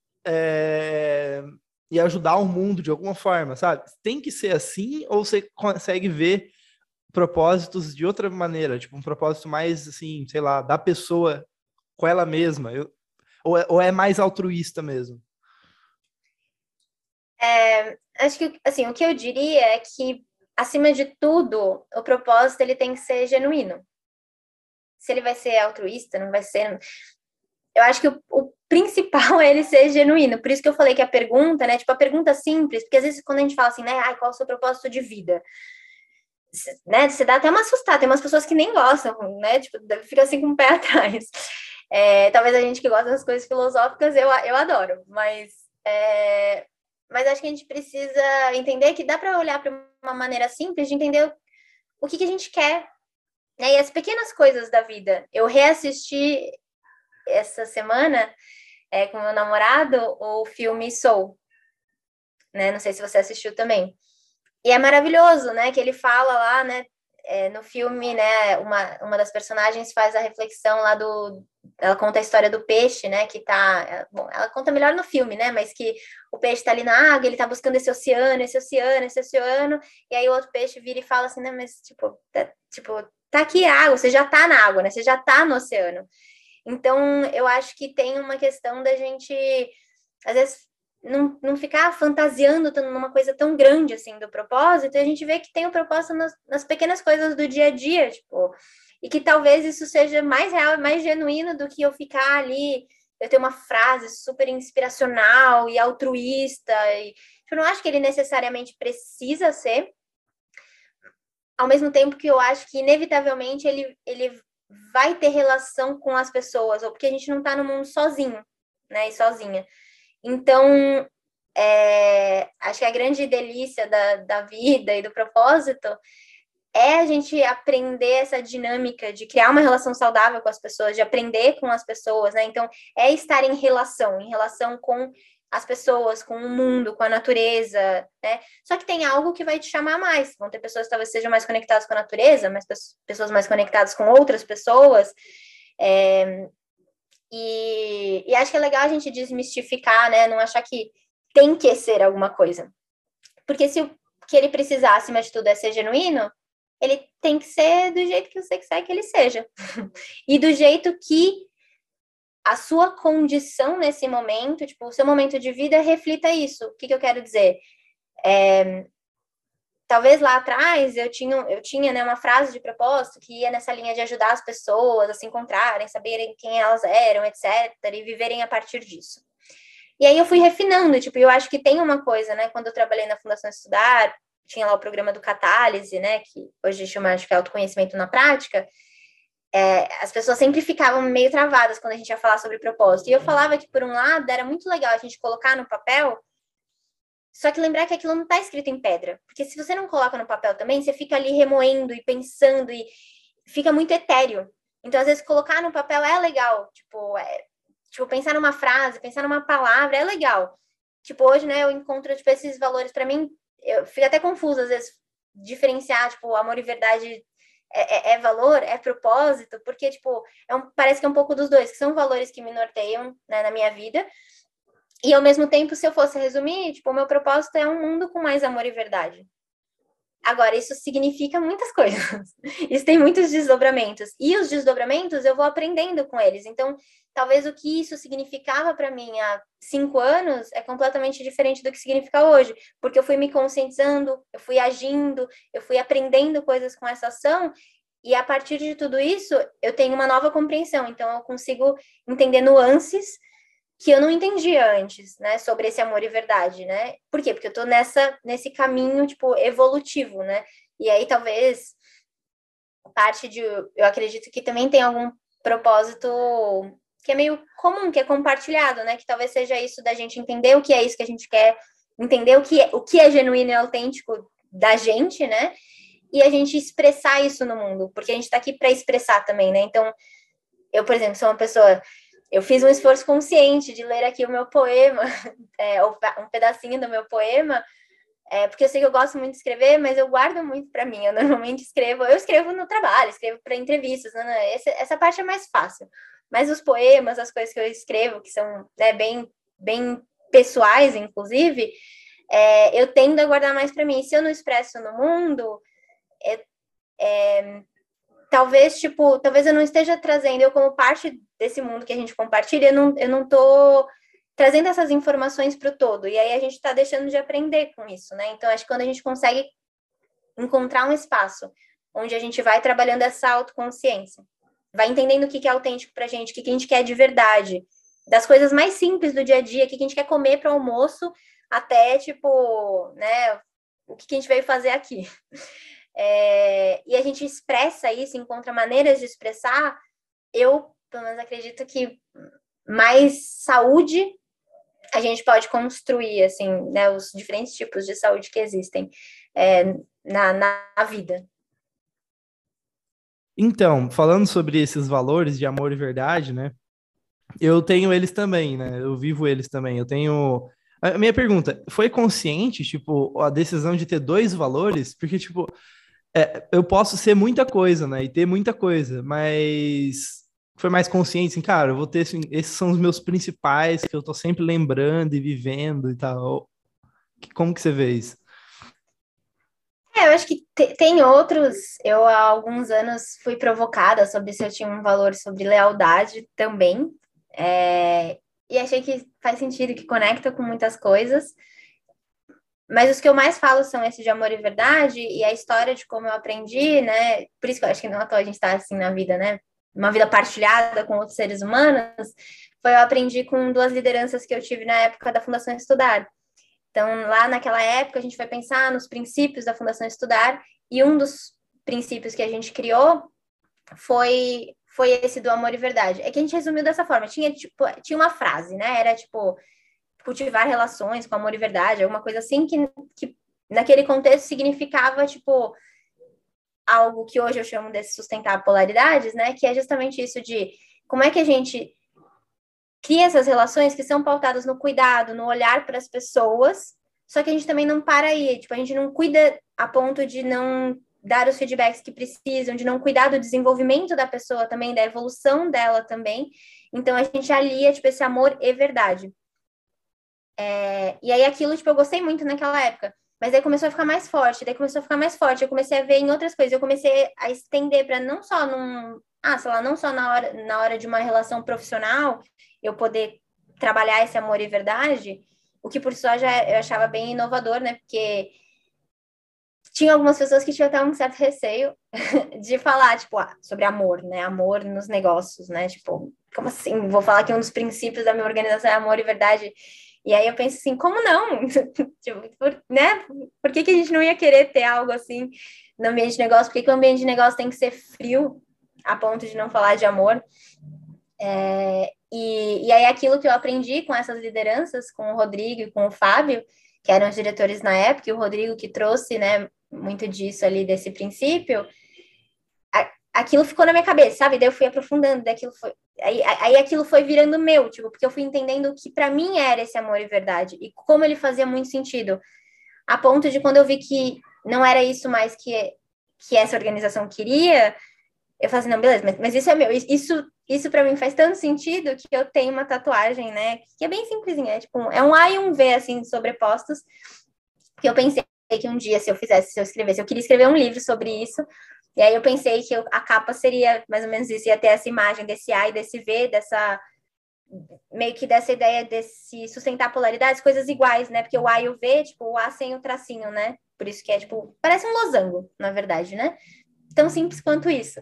e ajudar o mundo de alguma forma, sabe? Tem que ser assim ou você consegue ver propósitos de outra maneira, tipo, um propósito mais, assim, sei lá, da pessoa com ela mesma, ou é mais altruísta mesmo? Acho que, assim, o que eu diria é que, acima de tudo, o propósito ele tem que ser genuíno. Se ele vai ser altruísta, não vai ser. Eu acho que o principal é ele ser genuíno. Por isso que eu falei que a pergunta, né? Tipo, a pergunta simples, porque às vezes quando a gente fala assim, né? Ai, qual é o seu propósito de vida? Né, você dá até uma assustada. Tem umas pessoas que nem gostam, né? Tipo, fica assim com o pé atrás. Talvez a gente que gosta das coisas filosóficas, eu adoro, mas acho que a gente precisa entender que dá para olhar para uma maneira simples de entender o que a gente quer, né? E as pequenas coisas da vida. Eu reassisti essa semana com meu namorado o filme Soul, né? Não sei se você assistiu também. E é maravilhoso, né? Que ele fala lá, né? No filme, né? Uma das personagens faz a reflexão lá do. Ela conta a história do peixe, né? Que tá. Bom, ela conta melhor no filme, né? Mas que o peixe tá ali na água, ele tá buscando esse oceano, esse oceano, esse oceano. E aí o outro peixe vira e fala assim, né? Mas, tá aqui a água, você já tá na água, né? Você já tá no oceano. Então, eu acho que tem uma questão da gente, às vezes, não ficar fantasiando numa coisa tão grande assim do propósito, e a gente vê que tem o propósito nas pequenas coisas do dia a dia, tipo, e que talvez isso seja mais real e mais genuíno do que eu ficar ali, eu ter uma frase super inspiracional e altruísta, e eu não acho que ele necessariamente precisa ser, ao mesmo tempo que eu acho que inevitavelmente ele vai ter relação com as pessoas, ou porque a gente não está no mundo sozinho, né, e sozinha. Então, acho que a grande delícia da vida e do propósito é a gente aprender essa dinâmica de criar uma relação saudável com as pessoas, de aprender com as pessoas, né? Então, é estar em relação com as pessoas, com o mundo, com a natureza, né? Só que tem algo que vai te chamar mais. Vão ter pessoas que talvez sejam mais conectadas com a natureza, mas pessoas mais conectadas com outras pessoas. E acho que é legal a gente desmistificar, né? Não achar que tem que ser alguma coisa. Porque se o que ele precisar, acima de tudo, é ser genuíno, ele tem que ser do jeito que você quiser que ele seja. E do jeito que a sua condição nesse momento, tipo, o seu momento de vida reflita isso. O que eu quero dizer? Talvez lá atrás eu tinha, né, uma frase de propósito que ia nessa linha de ajudar as pessoas a se encontrarem, saberem quem elas eram, etc., e viverem a partir disso. E aí eu fui refinando, tipo, eu acho que tem uma coisa, né, quando eu trabalhei na Fundação Estudar, tinha lá o programa do Catálise, né, que hoje chama, acho que é autoconhecimento na prática, as pessoas sempre ficavam meio travadas quando a gente ia falar sobre propósito. E eu falava que, por um lado, era muito legal a gente colocar no papel, só que lembrar que aquilo não está escrito em pedra. Porque se você não coloca no papel também, você fica ali remoendo e pensando e fica muito etéreo. Então, às vezes, colocar no papel é legal. Tipo, pensar numa frase, pensar numa palavra é legal. Tipo, hoje, né, eu encontro, tipo, esses valores. Para mim, eu fico até confusa, às vezes, diferenciar, tipo, amor e verdade é valor, é propósito, porque, tipo, parece que é um pouco dos dois, que são valores que me norteiam, né, na minha vida. E, ao mesmo tempo, se eu fosse resumir, tipo, o meu propósito é um mundo com mais amor e verdade. Agora, isso significa muitas coisas. Isso tem muitos desdobramentos. E os desdobramentos eu vou aprendendo com eles. Então, talvez o que isso significava para mim há 5 anos é completamente diferente do que significa hoje. Porque eu fui me conscientizando, eu fui agindo, eu fui aprendendo coisas com essa ação. E a partir de tudo isso, eu tenho uma nova compreensão. Então, eu consigo entender nuances que eu não entendia antes, né, sobre esse amor e verdade, né? Por quê? Porque eu tô nesse caminho, tipo, evolutivo, né? E aí, talvez, eu acredito que também tem algum propósito que é meio comum, que é compartilhado, né? Que talvez seja isso da gente entender o que é isso que a gente quer, entender o que é genuíno e autêntico da gente, né? E a gente expressar isso no mundo, porque a gente tá aqui para expressar também, né? Então, eu, por exemplo, sou uma pessoa... Eu fiz um esforço consciente de ler aqui o meu poema, um pedacinho do meu poema, porque eu sei que eu gosto muito de escrever, mas eu guardo muito para mim. Eu normalmente eu escrevo no trabalho, escrevo para entrevistas, né? Essa parte é mais fácil. Mas os poemas, as coisas que eu escrevo, que são, né, bem, bem pessoais, inclusive, eu tendo a guardar mais para mim. E se eu não expresso no mundo, talvez eu não esteja trazendo, eu como parte desse mundo que a gente compartilha, eu não tô trazendo essas informações para o todo, e aí a gente está deixando de aprender com isso, né? Então, acho que quando a gente consegue encontrar um espaço onde a gente vai trabalhando essa autoconsciência, vai entendendo o que é autêntico para a gente, o que a gente quer de verdade, das coisas mais simples do dia a dia, o que a gente quer comer para o almoço, até, tipo, né, o que a gente veio fazer aqui. E a gente expressa isso, encontra maneiras de expressar, eu, pelo menos, acredito que mais saúde a gente pode construir, assim, né, os diferentes tipos de saúde que existem na vida. Então, falando sobre esses valores de amor e verdade, né? Eu tenho eles também, né? Eu vivo eles também. Eu tenho. A minha pergunta, foi consciente, tipo, a decisão de ter dois valores? Porque, tipo, eu posso ser muita coisa, né? E ter muita coisa, mas foi mais consciente, assim, cara, eu vou ter, assim, esses são os meus principais, que eu tô sempre lembrando e vivendo e tal. Como que você vê isso? Eu acho que tem outros. Eu, há alguns anos, fui provocada sobre se eu tinha um valor sobre lealdade também. E achei que faz sentido, que conecta com muitas coisas. Mas os que eu mais falo são esses de amor e verdade e a história de como eu aprendi, né? Por isso que eu acho que não à toa a gente está assim na vida, né? Uma vida partilhada com outros seres humanos. Eu aprendi com duas lideranças que eu tive na época da Fundação Estudar. Então, lá naquela época, a gente foi pensar nos princípios da Fundação Estudar, e um dos princípios que a gente criou foi esse do amor e verdade. É que a gente resumiu dessa forma, tinha uma frase, né? Era tipo, cultivar relações com amor e verdade, alguma coisa assim, que naquele contexto significava, tipo, algo que hoje eu chamo de sustentar polaridades, né? Que é justamente isso de como é que a gente cria essas relações que são pautadas no cuidado, no olhar para as pessoas, só que a gente também não para aí, tipo, a gente não cuida a ponto de não dar os feedbacks que precisam, de não cuidar do desenvolvimento da pessoa também, da evolução dela também. Então, a gente alia, tipo, esse amor e verdade. E aí, aquilo, tipo, eu gostei muito naquela época. Mas aí começou a ficar mais forte, daí começou a ficar mais forte. Eu comecei a ver em outras coisas, eu comecei a estender para não só sei lá, não só na hora de uma relação profissional, eu poder trabalhar esse amor e verdade, o que por só já eu achava bem inovador, né? Porque tinha algumas pessoas que tinham até um certo receio de falar, tipo, sobre amor, né? Amor nos negócios, né? Tipo, como assim? Vou falar que um dos princípios da minha organização é amor e verdade. E aí eu penso assim, como não? Tipo, né? Por que a gente não ia querer ter algo assim no ambiente de negócio? Por que o ambiente de negócio tem que ser frio? a ponto de não falar de amor. E aí aquilo que eu aprendi com essas lideranças, com o Rodrigo e com o Fábio, que eram os diretores na época, e o Rodrigo que trouxe, né, muito disso ali, desse princípio, aquilo ficou na minha cabeça, sabe? Daí eu fui aprofundando, aí aquilo foi virando meu, tipo, porque eu fui entendendo o que para mim era esse amor e verdade, e como ele fazia muito sentido, a ponto de quando eu vi que não era isso mais que essa organização queria, eu falei assim, não, beleza, mas isso é meu, isso para mim faz tanto sentido que eu tenho uma tatuagem, né, que é bem simplesinha, é um A e um V, assim, sobrepostos, que eu pensei que um dia, se eu escrevesse, eu queria escrever um livro sobre isso, e aí eu pensei que a capa seria mais ou menos isso, ia ter essa imagem desse A e desse V, meio que dessa ideia desse sustentar polaridades, coisas iguais, né? Porque o A e o V, tipo, o A sem o tracinho, né? Por isso que é, tipo, parece um losango, na verdade, né? Tão simples quanto isso.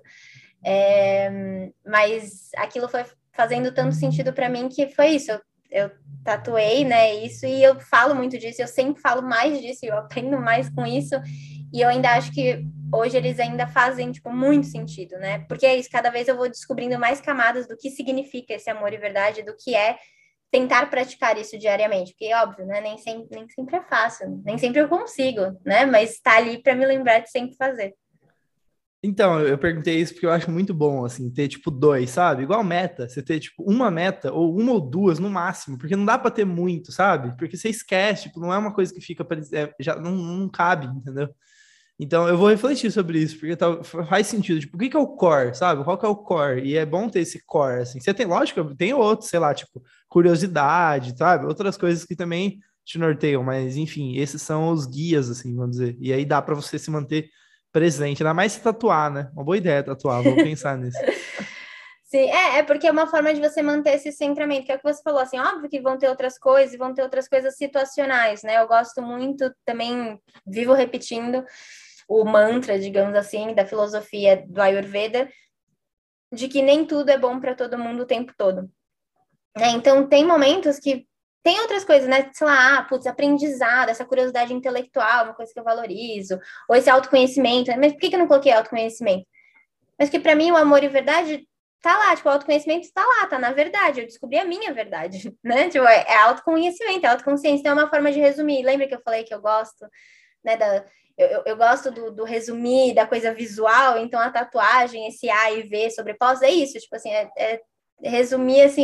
Mas aquilo foi fazendo tanto sentido para mim que foi isso. Eu tatuei, né, isso, e eu falo muito disso, eu sempre falo mais disso, eu aprendo mais com isso, e eu ainda acho que hoje eles ainda fazem, tipo, muito sentido, né? Porque é isso, cada vez eu vou descobrindo mais camadas do que significa esse amor e verdade, do que é tentar praticar isso diariamente, porque, óbvio, né, nem sempre é fácil, nem sempre eu consigo, né? Mas tá ali para me lembrar de sempre fazer. Então, eu perguntei isso porque eu acho muito bom, assim, ter, tipo, dois, sabe? Igual meta, você ter, tipo, uma meta, ou uma ou duas no máximo, porque não dá pra ter muito, sabe? Porque você esquece, tipo, não é uma coisa que fica, já não cabe, entendeu? Então, eu vou refletir sobre isso, porque faz sentido, tipo, o que que é o core, sabe? Qual que é o core? E é bom ter esse core, assim. Você tem, lógico, tem outros, sei lá, tipo, curiosidade, sabe? Outras coisas que também te norteiam, mas, enfim, esses são os guias, assim, vamos dizer. E aí dá pra você se manter presente, ainda mais se tatuar, né? Uma boa ideia tatuar, vou pensar nisso. Sim, é porque é uma forma de você manter esse centramento, que é o que você falou, assim, óbvio que vão ter outras coisas, e vão ter outras coisas situacionais, né? Eu gosto muito, também vivo repetindo o mantra, digamos assim, da filosofia do Ayurveda, de que nem tudo é bom para todo mundo o tempo todo, né? Então, tem momentos que tem outras coisas, né? Sei lá, putz, aprendizado, essa curiosidade intelectual, uma coisa que eu valorizo, ou esse autoconhecimento, né? Mas por que eu não coloquei autoconhecimento? Mas que para mim o amor e verdade tá lá, tipo, o autoconhecimento está lá, tá na verdade, eu descobri a minha verdade, né? Tipo, é autoconhecimento, é autoconsciência, então é uma forma de resumir. Lembra que eu falei que eu gosto, né, eu gosto do resumir, da coisa visual, então a tatuagem, esse A e V sobrepostos, é isso, tipo assim, é resumir, assim,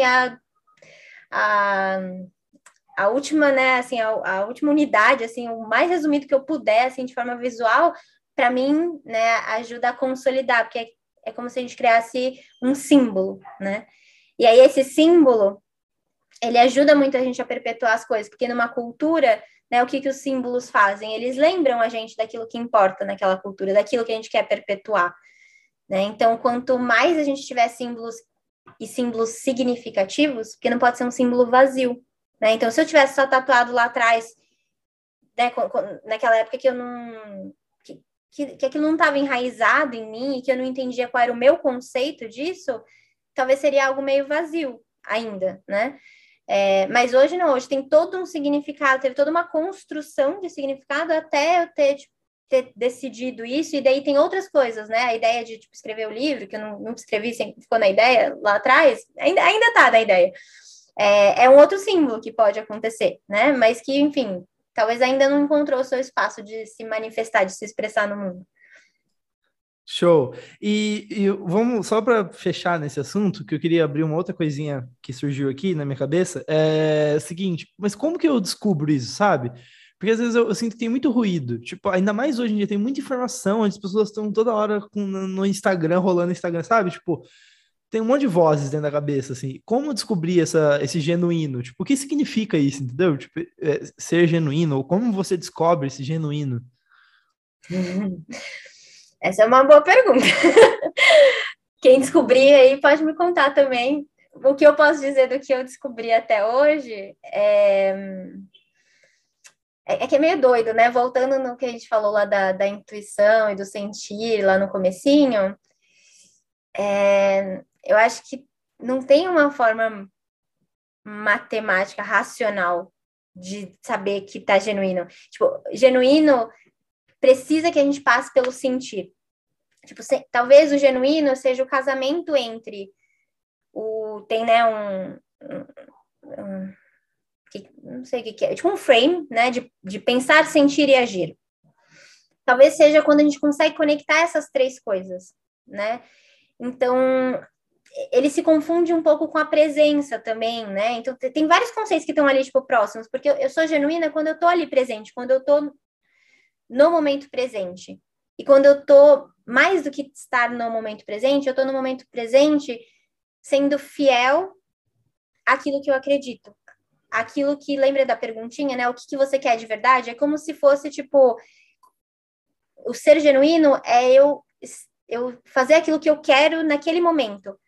a, a última, né, assim, a última unidade, assim, o mais resumido que eu puder, assim, de forma visual, para mim, né, ajuda a consolidar, porque é como se a gente criasse um símbolo, né? E aí esse símbolo, ele ajuda muito a gente a perpetuar as coisas, porque numa cultura, né, o que os símbolos fazem? Eles lembram a gente daquilo que importa naquela cultura, daquilo que a gente quer perpetuar, né? Então, quanto mais a gente tiver símbolos e símbolos significativos, porque não pode ser um símbolo vazio, né? Então, se eu tivesse só tatuado lá atrás, né, naquela época que eu não que aquilo não estava enraizado em mim e que eu não entendia qual era o meu conceito disso, talvez seria algo meio vazio ainda, né? Mas hoje não, hoje tem todo um significado, teve toda uma construção de significado até eu ter decidido isso, e daí tem outras coisas, né? A ideia de tipo, escrever o livro, que eu não escrevi, sempre ficou na ideia lá atrás, ainda tá na ideia. É um outro símbolo que pode acontecer, né? Mas que, enfim, talvez ainda não encontrou o seu espaço de se manifestar, de se expressar no mundo. Show. E vamos só para fechar nesse assunto, que eu queria abrir uma outra coisinha que surgiu aqui na minha cabeça. É o seguinte, mas como que eu descubro isso, sabe? Porque às vezes eu sinto que tem muito ruído. Tipo, ainda mais hoje em dia tem muita informação, as pessoas estão toda hora no Instagram, rolando no Instagram, sabe? Tipo, tem um monte de vozes dentro da cabeça, assim. Como descobrir esse genuíno? Tipo, o que significa isso, entendeu? Tipo, ser genuíno, ou como você descobre esse genuíno? Essa é uma boa pergunta. Quem descobrir aí pode me contar também. O que eu posso dizer do que eu descobri até hoje é que é meio doido, né? Voltando no que a gente falou lá da intuição e do sentir lá no comecinho, eu acho que não tem uma forma matemática, racional de saber que tá genuíno. Tipo, genuíno precisa que a gente passe pelo sentir. Tipo, talvez o genuíno seja o casamento entre tem, né, não sei o que é, tipo um frame, né, de pensar, sentir e agir. Talvez seja quando a gente consegue conectar essas três coisas, né? Então, ele se confunde um pouco com a presença também, né? Então, tem vários conceitos que estão ali, tipo, próximos, porque eu sou genuína quando eu tô ali presente, quando eu tô no momento presente. E quando eu tô, mais do que estar no momento presente, eu tô no momento presente sendo fiel àquilo que eu acredito. Aquilo que, lembra da perguntinha, né? O que você quer de verdade? É como se fosse, tipo, o ser genuíno é eu fazer aquilo que eu quero naquele momento.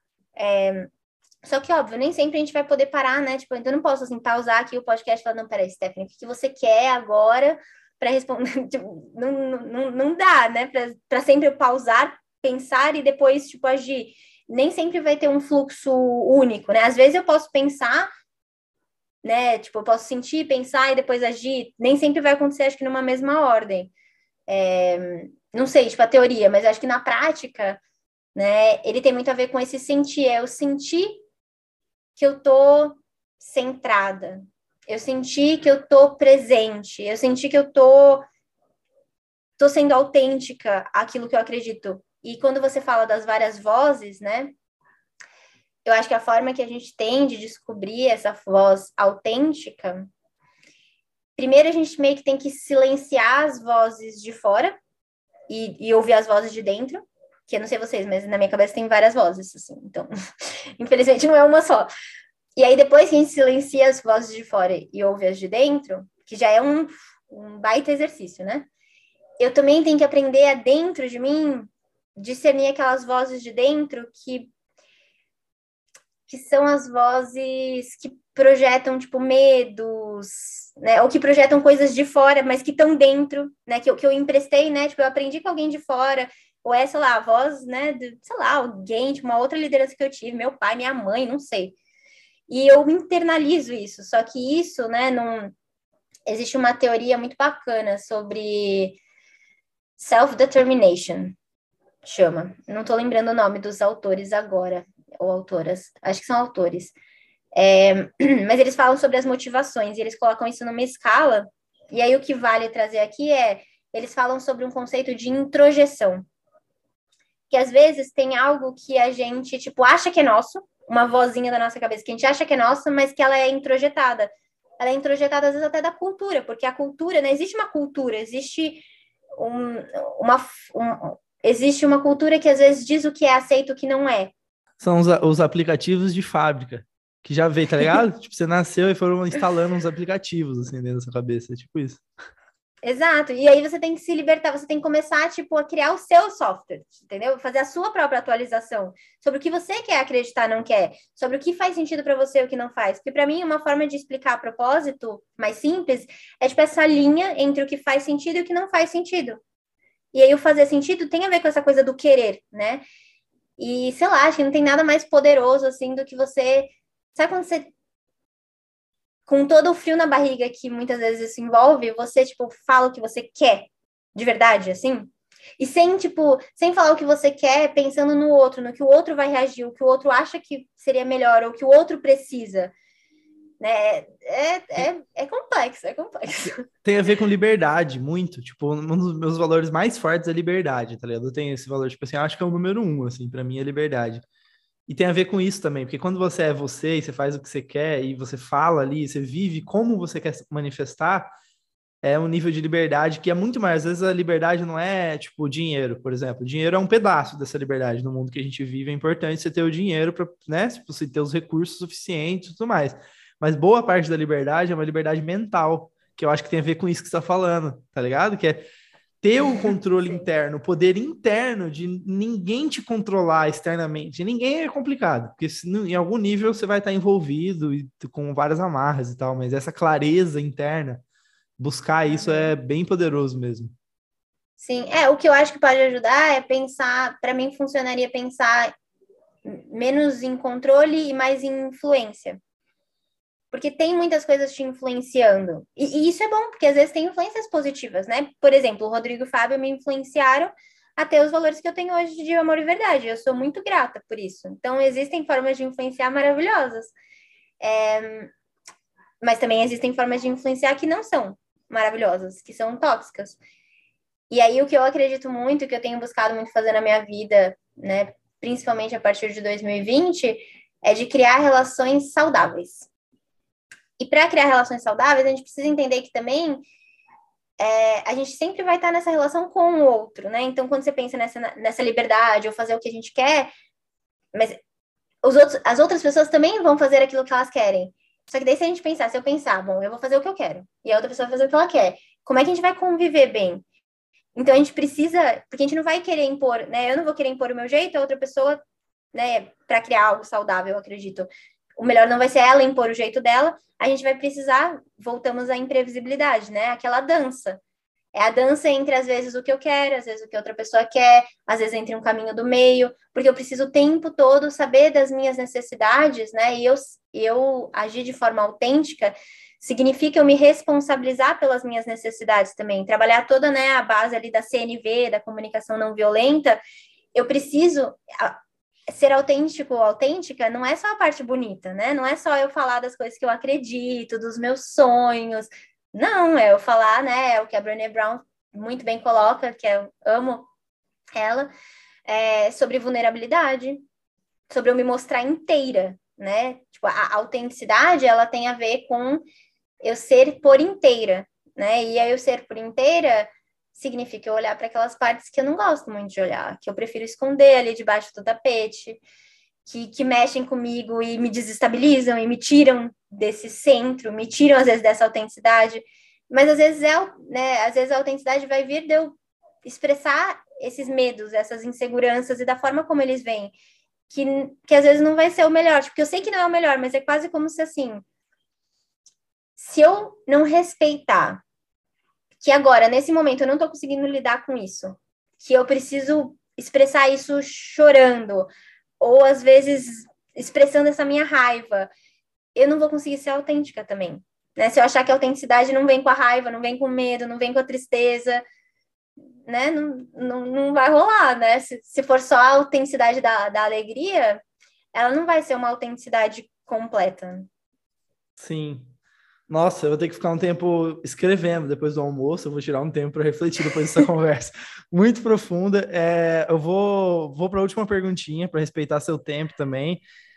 Só que, óbvio, nem sempre a gente vai poder parar, né? Tipo, então eu não posso, assim, pausar aqui o podcast e falar, não, peraí, Stephanie, o que você quer agora para responder? Tipo, não dá, né? Para sempre pausar, pensar e depois, tipo, agir. Nem sempre vai ter um fluxo único, né? Às vezes eu posso pensar, né? Tipo, eu posso sentir, pensar e depois agir. Nem sempre vai acontecer, acho que numa mesma ordem. Não sei, tipo, a teoria, mas acho que na prática, né? Ele tem muito a ver com esse sentir. É eu sentir que eu tô centrada. Eu senti que eu tô presente. Eu senti que eu tô sendo autêntica àquilo que eu acredito. E quando você fala das várias vozes, né? Eu acho que a forma que a gente tem de descobrir essa voz autêntica, primeiro a gente meio que tem que silenciar as vozes de fora e ouvir as vozes de dentro, que eu não sei vocês, mas na minha cabeça tem várias vozes, assim, então, infelizmente não é uma só. E aí depois que a gente silencia as vozes de fora e ouve as de dentro, que já é um baita exercício, né? Eu também tenho que aprender a dentro de mim discernir aquelas vozes de dentro que são as vozes que projetam, tipo, medos, né? Ou que projetam coisas de fora, mas que estão dentro, né? Que eu emprestei, né? Tipo, eu aprendi com alguém de fora, ou é, sei lá, a voz, né? Sei lá, alguém, tipo, uma outra liderança que eu tive, meu pai, minha mãe, não sei. E eu internalizo isso, só que isso, né, não... Existe uma teoria muito bacana sobre self-determination, chama. Não tô lembrando o nome dos autores agora, ou autoras, acho que são autores. Mas eles falam sobre as motivações, e eles colocam isso numa escala, e aí o que vale trazer aqui eles falam sobre um conceito de introjeção, que às vezes tem algo que a gente, tipo, acha que é nosso, uma vozinha da nossa cabeça que a gente acha que é nossa, mas que ela é introjetada. Ela é introjetada, às vezes, até da cultura, porque a cultura, né? Existe uma cultura, existe existe uma cultura que às vezes diz o que é aceito e o que não é. São os aplicativos de fábrica, que já veio, tá ligado? Tipo, você nasceu e foram instalando uns aplicativos, assim, dentro da sua cabeça, é tipo isso. Exato. E aí você tem que se libertar, você tem que começar, tipo, a criar o seu software, entendeu? Fazer a sua própria atualização sobre o que você quer acreditar, não quer, sobre o que faz sentido para você e o que não faz. Porque para mim, uma forma de explicar propósito mais simples é, tipo, essa linha entre o que faz sentido e o que não faz sentido. E aí o fazer sentido tem a ver com essa coisa do querer, né? E, sei lá, acho que não tem nada mais poderoso, assim, do que você... Sabe quando você com todo o frio na barriga que muitas vezes isso envolve, você, tipo, fala o que você quer, de verdade, assim, e sem, tipo, sem falar o que você quer, pensando no outro, no que o outro vai reagir, o que o outro acha que seria melhor, ou o que o outro precisa, né? É complexo, é complexo. Tem a ver com liberdade, muito. Tipo, um dos meus valores mais fortes é liberdade, tá ligado? Eu tenho esse valor, tipo assim, eu acho que é o número 1, assim, pra mim é liberdade. E tem a ver com isso também, porque quando você é você e você faz o que você quer e você fala ali, você vive como você quer se manifestar, é um nível de liberdade que é muito mais. Às vezes a liberdade não é tipo dinheiro, por exemplo. O dinheiro é um pedaço dessa liberdade. No mundo que a gente vive é importante você ter o dinheiro para, né, tipo, você ter os recursos suficientes e tudo mais. Mas boa parte da liberdade é uma liberdade mental, que eu acho que tem a ver com isso que você está falando, tá ligado? Que é ter o controle interno, o poder interno de ninguém te controlar externamente. Ninguém é complicado, porque em algum nível você vai estar envolvido e com várias amarras e tal, mas essa clareza interna, buscar isso é bem poderoso mesmo. Sim, o que eu acho que pode ajudar é pensar, para mim funcionaria pensar menos em controle e mais em influência. Porque tem muitas coisas te influenciando. E isso é bom, porque às vezes tem influências positivas, né? Por exemplo, o Rodrigo e o Fábio me influenciaram a ter os valores que eu tenho hoje de amor e verdade. Eu sou muito grata por isso. Então, existem formas de influenciar maravilhosas. Mas também existem formas de influenciar que não são maravilhosas, que são tóxicas. E aí, o que eu acredito muito, que eu tenho buscado muito fazer na minha vida, né, principalmente a partir de 2020, é de criar relações saudáveis. E para criar relações saudáveis, a gente precisa entender que também a gente sempre vai estar nessa relação com o outro, né? Então, quando você pensa nessa liberdade ou fazer o que a gente quer, mas as outras pessoas também vão fazer aquilo que elas querem. Só que daí, se a gente pensar, se eu pensar, bom, eu vou fazer o que eu quero, e a outra pessoa vai fazer o que ela quer, como é que a gente vai conviver bem? Então, a gente precisa, porque a gente não vai querer impor, né? Eu não vou querer impor o meu jeito, a outra pessoa, né, para criar algo saudável, eu acredito. O melhor não vai ser ela impor o jeito dela, a gente vai precisar, voltamos à imprevisibilidade, né? Aquela dança. É a dança entre, às vezes, o que eu quero, às vezes, o que outra pessoa quer, às vezes, entre um caminho do meio, porque eu preciso o tempo todo saber das minhas necessidades, né? E eu agir de forma autêntica significa eu me responsabilizar pelas minhas necessidades também. Trabalhar toda, né, a base ali da CNV, da comunicação não violenta, eu preciso ser autêntico ou autêntica não é só a parte bonita, né? Não é só eu falar das coisas que eu acredito, dos meus sonhos. Não, é eu falar, né? O que a Brené Brown muito bem coloca, que eu amo ela, sobre vulnerabilidade, sobre eu me mostrar inteira, né? Tipo, a autenticidade, ela tem a ver com eu ser por inteira, né? E aí eu ser por inteira significa eu olhar para aquelas partes que eu não gosto muito de olhar, que eu prefiro esconder ali debaixo do tapete, que mexem comigo e me desestabilizam e me tiram desse centro, me tiram às vezes dessa autenticidade, mas às vezes né, às vezes a autenticidade vai vir de eu expressar esses medos, essas inseguranças e da forma como eles vêm, que às vezes não vai ser o melhor, porque eu sei que não é o melhor, mas é quase como se assim, se eu não respeitar que agora, nesse momento, eu não estou conseguindo lidar com isso, que eu preciso expressar isso chorando, ou às vezes expressando essa minha raiva, eu não vou conseguir ser autêntica também. Né? Se eu achar que a autenticidade não vem com a raiva, não vem com o medo, não vem com a tristeza, né? Não vai rolar, né? Se for só a autenticidade da alegria, ela não vai ser uma autenticidade completa. Sim. Nossa, eu vou ter que ficar um tempo escrevendo depois do almoço, eu vou tirar um tempo para refletir depois dessa conversa muito profunda. Eu vou para a última perguntinha, para respeitar seu tempo também.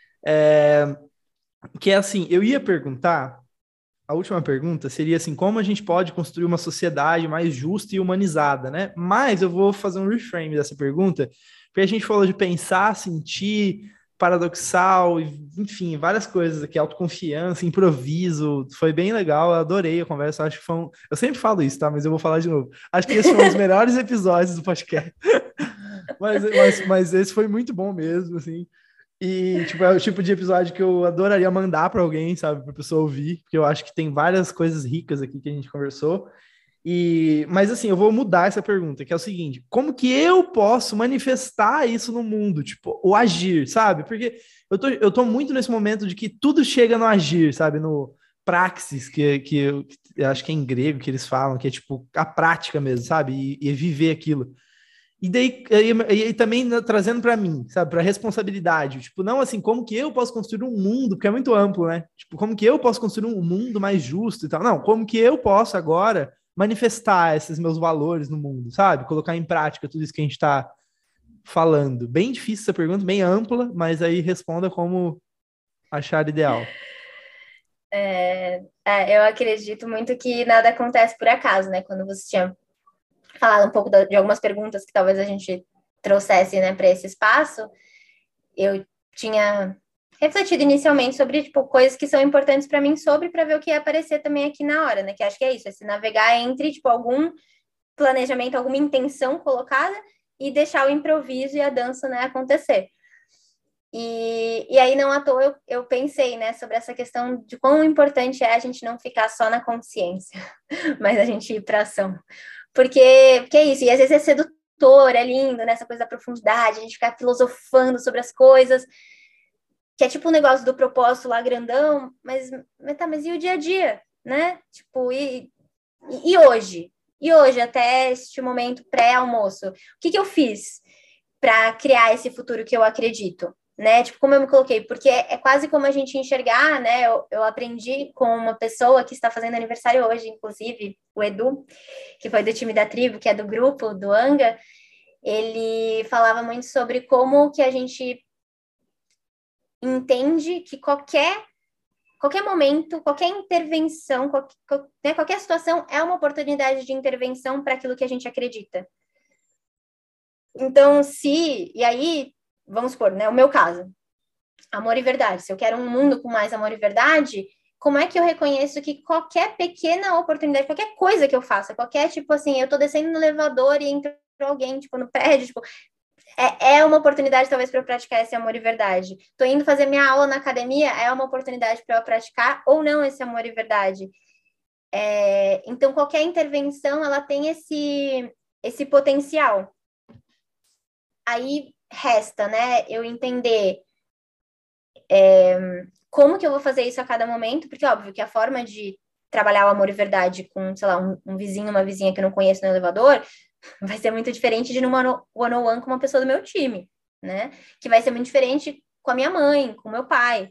Que é assim, eu ia perguntar, a última pergunta seria assim, como a gente pode construir uma sociedade mais justa e humanizada, né? Mas eu vou fazer um reframe dessa pergunta, porque a gente falou de pensar, sentir, paradoxal, enfim, várias coisas aqui, autoconfiança, improviso, foi bem legal, eu adorei a conversa, acho que foi eu sempre falo isso, tá? Mas eu vou falar de novo. Acho que esse foi um dos melhores episódios do podcast. mas esse foi muito bom mesmo, assim. E, tipo, é o tipo de episódio que eu adoraria mandar para alguém, sabe, para pessoa ouvir, porque eu acho que tem várias coisas ricas aqui que a gente conversou. Mas assim, eu vou mudar essa pergunta, que é o seguinte: como que eu posso manifestar isso no mundo, tipo, o agir, sabe? Porque eu tô muito nesse momento de que tudo chega no agir, sabe? No praxis, eu acho que é em grego que eles falam, que é tipo a prática mesmo, sabe? E viver aquilo. E daí e também trazendo para mim, sabe, para responsabilidade, tipo, não assim, como que eu posso construir um mundo, porque é muito amplo, né? Tipo, como que eu posso construir um mundo mais justo e tal. Não, como que eu posso agora manifestar esses meus valores no mundo, sabe? Colocar em prática tudo isso que a gente está falando. Bem difícil essa pergunta, bem ampla, mas aí responda como achar ideal. Eu acredito muito que nada acontece por acaso, né? Quando você tinha falado um pouco de algumas perguntas que talvez a gente trouxesse, né, para esse espaço, eu tinha refletido inicialmente sobre tipo coisas que são importantes para mim sobre para ver o que ia aparecer também aqui na hora, né? Que acho que é isso, é se navegar entre tipo algum planejamento, alguma intenção colocada e deixar o improviso e a dança, né, acontecer. E aí, não à toa, eu pensei, né, sobre essa questão de quão importante é a gente não ficar só na consciência, mas a gente ir para ação. Porque é isso, e às vezes é sedutor, é lindo, né, essa coisa da profundidade, a gente ficar filosofando sobre as coisas, que é tipo um negócio do propósito lá grandão, mas e o dia a dia, né? Tipo, e hoje? E hoje, até este momento pré-almoço, o que que eu fiz para criar esse futuro que eu acredito? Né? Tipo, como eu me coloquei, porque é quase como a gente enxergar, né? Eu aprendi com uma pessoa que está fazendo aniversário hoje, inclusive, o Edu, que foi do time da tribo, que é do grupo, do Anga, ele falava muito sobre como que a gente entende que qualquer momento, qualquer intervenção, qualquer situação é uma oportunidade de intervenção para aquilo que a gente acredita. Então, e aí, vamos supor, né, o meu caso, amor e verdade. Se eu quero um mundo com mais amor e verdade, como é que eu reconheço que qualquer pequena oportunidade, qualquer coisa que eu faça, qualquer, tipo assim, eu tô descendo no elevador e entra alguém, tipo, no prédio, tipo, é uma oportunidade talvez para eu praticar esse amor e verdade. Tô indo fazer minha aula na academia, é uma oportunidade para eu praticar ou não esse amor e verdade. Então, qualquer intervenção, ela tem esse potencial. Aí resta, né, eu entender como que eu vou fazer isso a cada momento, porque óbvio que a forma de trabalhar o amor e verdade com, sei lá, um vizinho, uma vizinha que eu não conheço no elevador, vai ser muito diferente de numa one-on-one com uma pessoa do meu time, né? Que vai ser muito diferente com a minha mãe, com o meu pai.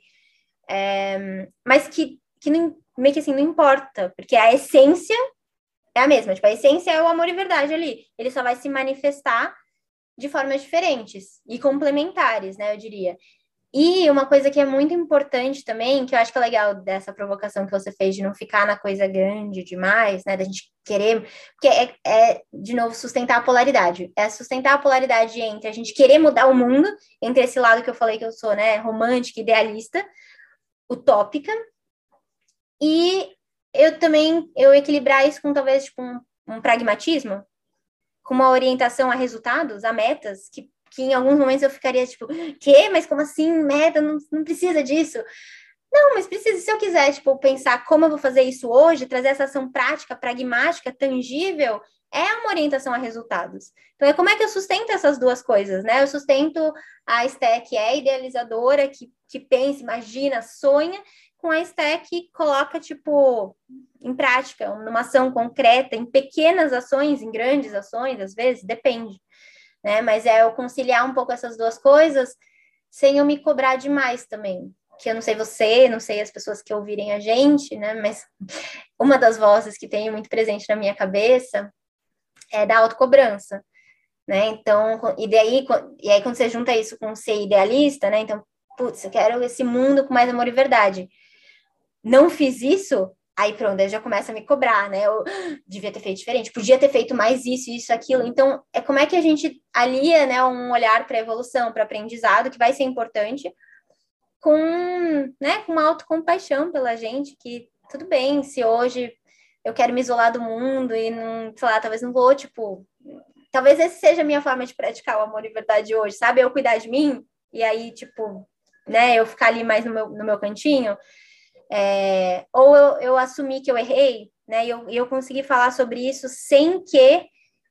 Mas que não, meio que assim, não importa, porque a essência é a mesma. Tipo, a essência é o amor e verdade ali. Ele só vai se manifestar de formas diferentes e complementares, né? Eu diria. E uma coisa que é muito importante também, que eu acho que é legal dessa provocação que você fez de não ficar na coisa grande demais, né? Da gente querer, porque de novo, sustentar a polaridade. É sustentar a polaridade entre a gente querer mudar o mundo, entre esse lado que eu falei que eu sou, né, romântica, idealista, utópica, e eu equilibrar isso com talvez tipo, um pragmatismo, com uma orientação a resultados, a metas, que em alguns momentos eu ficaria tipo, quê? Mas como assim? Meta? Não precisa disso. Não, mas precisa, se eu quiser, tipo, pensar como eu vou fazer isso hoje, trazer essa ação prática, pragmática, tangível, é uma orientação a resultados. Então, é como é que eu sustento essas duas coisas, né? Eu sustento a Esté, que é idealizadora, que pensa, imagina, sonha, com a Esté que coloca, tipo, em prática, numa ação concreta, em pequenas ações, em grandes ações, às vezes, depende, né? Mas é eu conciliar um pouco essas duas coisas sem eu me cobrar demais também. Que eu não sei você, não sei as pessoas que ouvirem a gente, né? Mas uma das vozes que tenho muito presente na minha cabeça é da autocobrança, né? Então, e aí quando você junta isso com ser idealista, né? Então, putz, eu quero esse mundo com mais amor e verdade. Não fiz isso, aí pronto, aí já começa a me cobrar, né? Eu devia ter feito diferente, podia ter feito mais isso, aquilo. Então, é como é que a gente alia, né, um olhar para a evolução, para aprendizado, que vai ser importante, com, né, com uma autocompaixão pela gente, que tudo bem, se hoje eu quero me isolar do mundo e não, sei lá, talvez não vou, tipo, talvez essa seja a minha forma de praticar o amor e verdade hoje, sabe? Eu cuidar de mim e aí, tipo, né, eu ficar ali mais no meu cantinho, ou eu assumir que eu errei, né, e eu consegui falar sobre isso sem que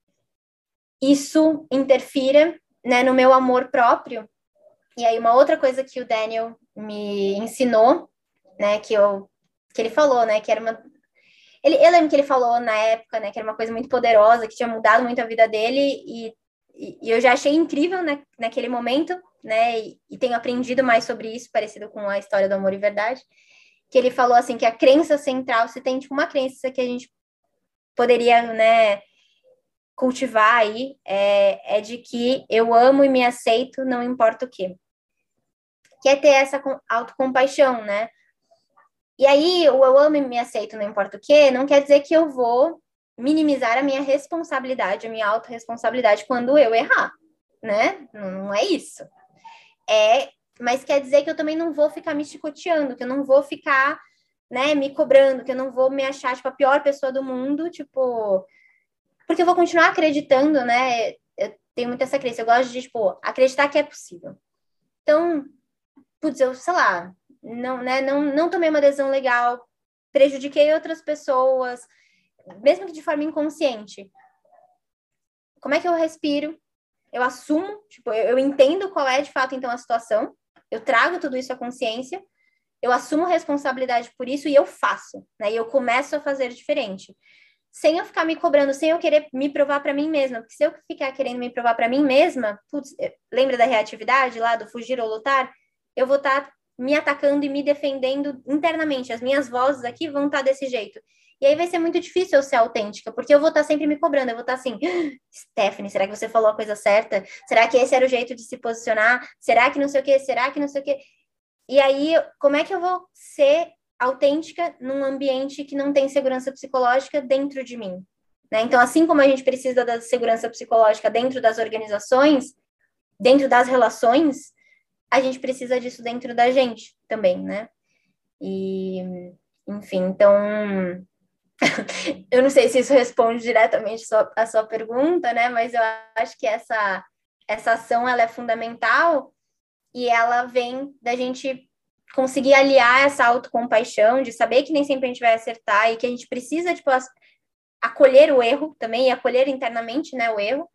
isso interfira, né, no meu amor próprio. E aí, uma outra coisa que o Daniel me ensinou, né, que ele falou, né, que era uma... eu lembro que ele falou na época, né, que era uma coisa muito poderosa, que tinha mudado muito a vida dele, e eu já achei incrível, né, naquele momento, né, e tenho aprendido mais sobre isso, parecido com a história do amor e verdade, que ele falou, assim, que a crença central, se tem, tipo, uma crença que a gente poderia, né, cultivar aí, é de que eu amo e me aceito, não importa o quê. Que é ter essa autocompaixão, né? E aí, o eu amo e me aceito, não importa o quê, não quer dizer que eu vou minimizar a minha responsabilidade, a minha autorresponsabilidade quando eu errar, né? Não é isso. Mas quer dizer que eu também não vou ficar me chicoteando, que eu não vou ficar, né, me cobrando, que eu não vou me achar, tipo, a pior pessoa do mundo, tipo... Porque eu vou continuar acreditando, né? Eu tenho muito essa crença, eu gosto de, tipo, acreditar que é possível. Então, putz, eu, sei lá, não, né, não tomei uma decisão legal, prejudiquei outras pessoas, mesmo que de forma inconsciente. Como é que eu respiro? Eu assumo, tipo, eu entendo qual é de fato então a situação, eu trago tudo isso à consciência, eu assumo responsabilidade por isso e eu faço, né? E eu começo a fazer diferente. sem eu ficar me cobrando, sem eu querer me provar para mim mesma. Porque se eu ficar querendo me provar para mim mesma, putz, lembra da reatividade lá, do fugir ou lutar? Eu vou estar me atacando e me defendendo internamente. As minhas vozes aqui vão estar desse jeito. E aí vai ser muito difícil eu ser autêntica, porque eu vou estar sempre me cobrando. Eu vou estar assim, Stephanie, será que você falou a coisa certa? Será que esse era o jeito de se posicionar? Será que não sei o quê? Será que não sei o quê? E aí, como é que eu vou ser autêntica num ambiente que não tem segurança psicológica dentro de mim? Né? Então, assim como a gente precisa da segurança psicológica dentro das organizações, dentro das relações, a gente precisa disso dentro da gente também, né? E, enfim, então, eu não sei se isso responde diretamente a sua pergunta, né? Mas eu acho que essa ação, ela é fundamental e ela vem da gente conseguir aliar essa autocompaixão, de saber que nem sempre a gente vai acertar e que a gente precisa, tipo, acolher o erro também, e acolher internamente, né, o erro,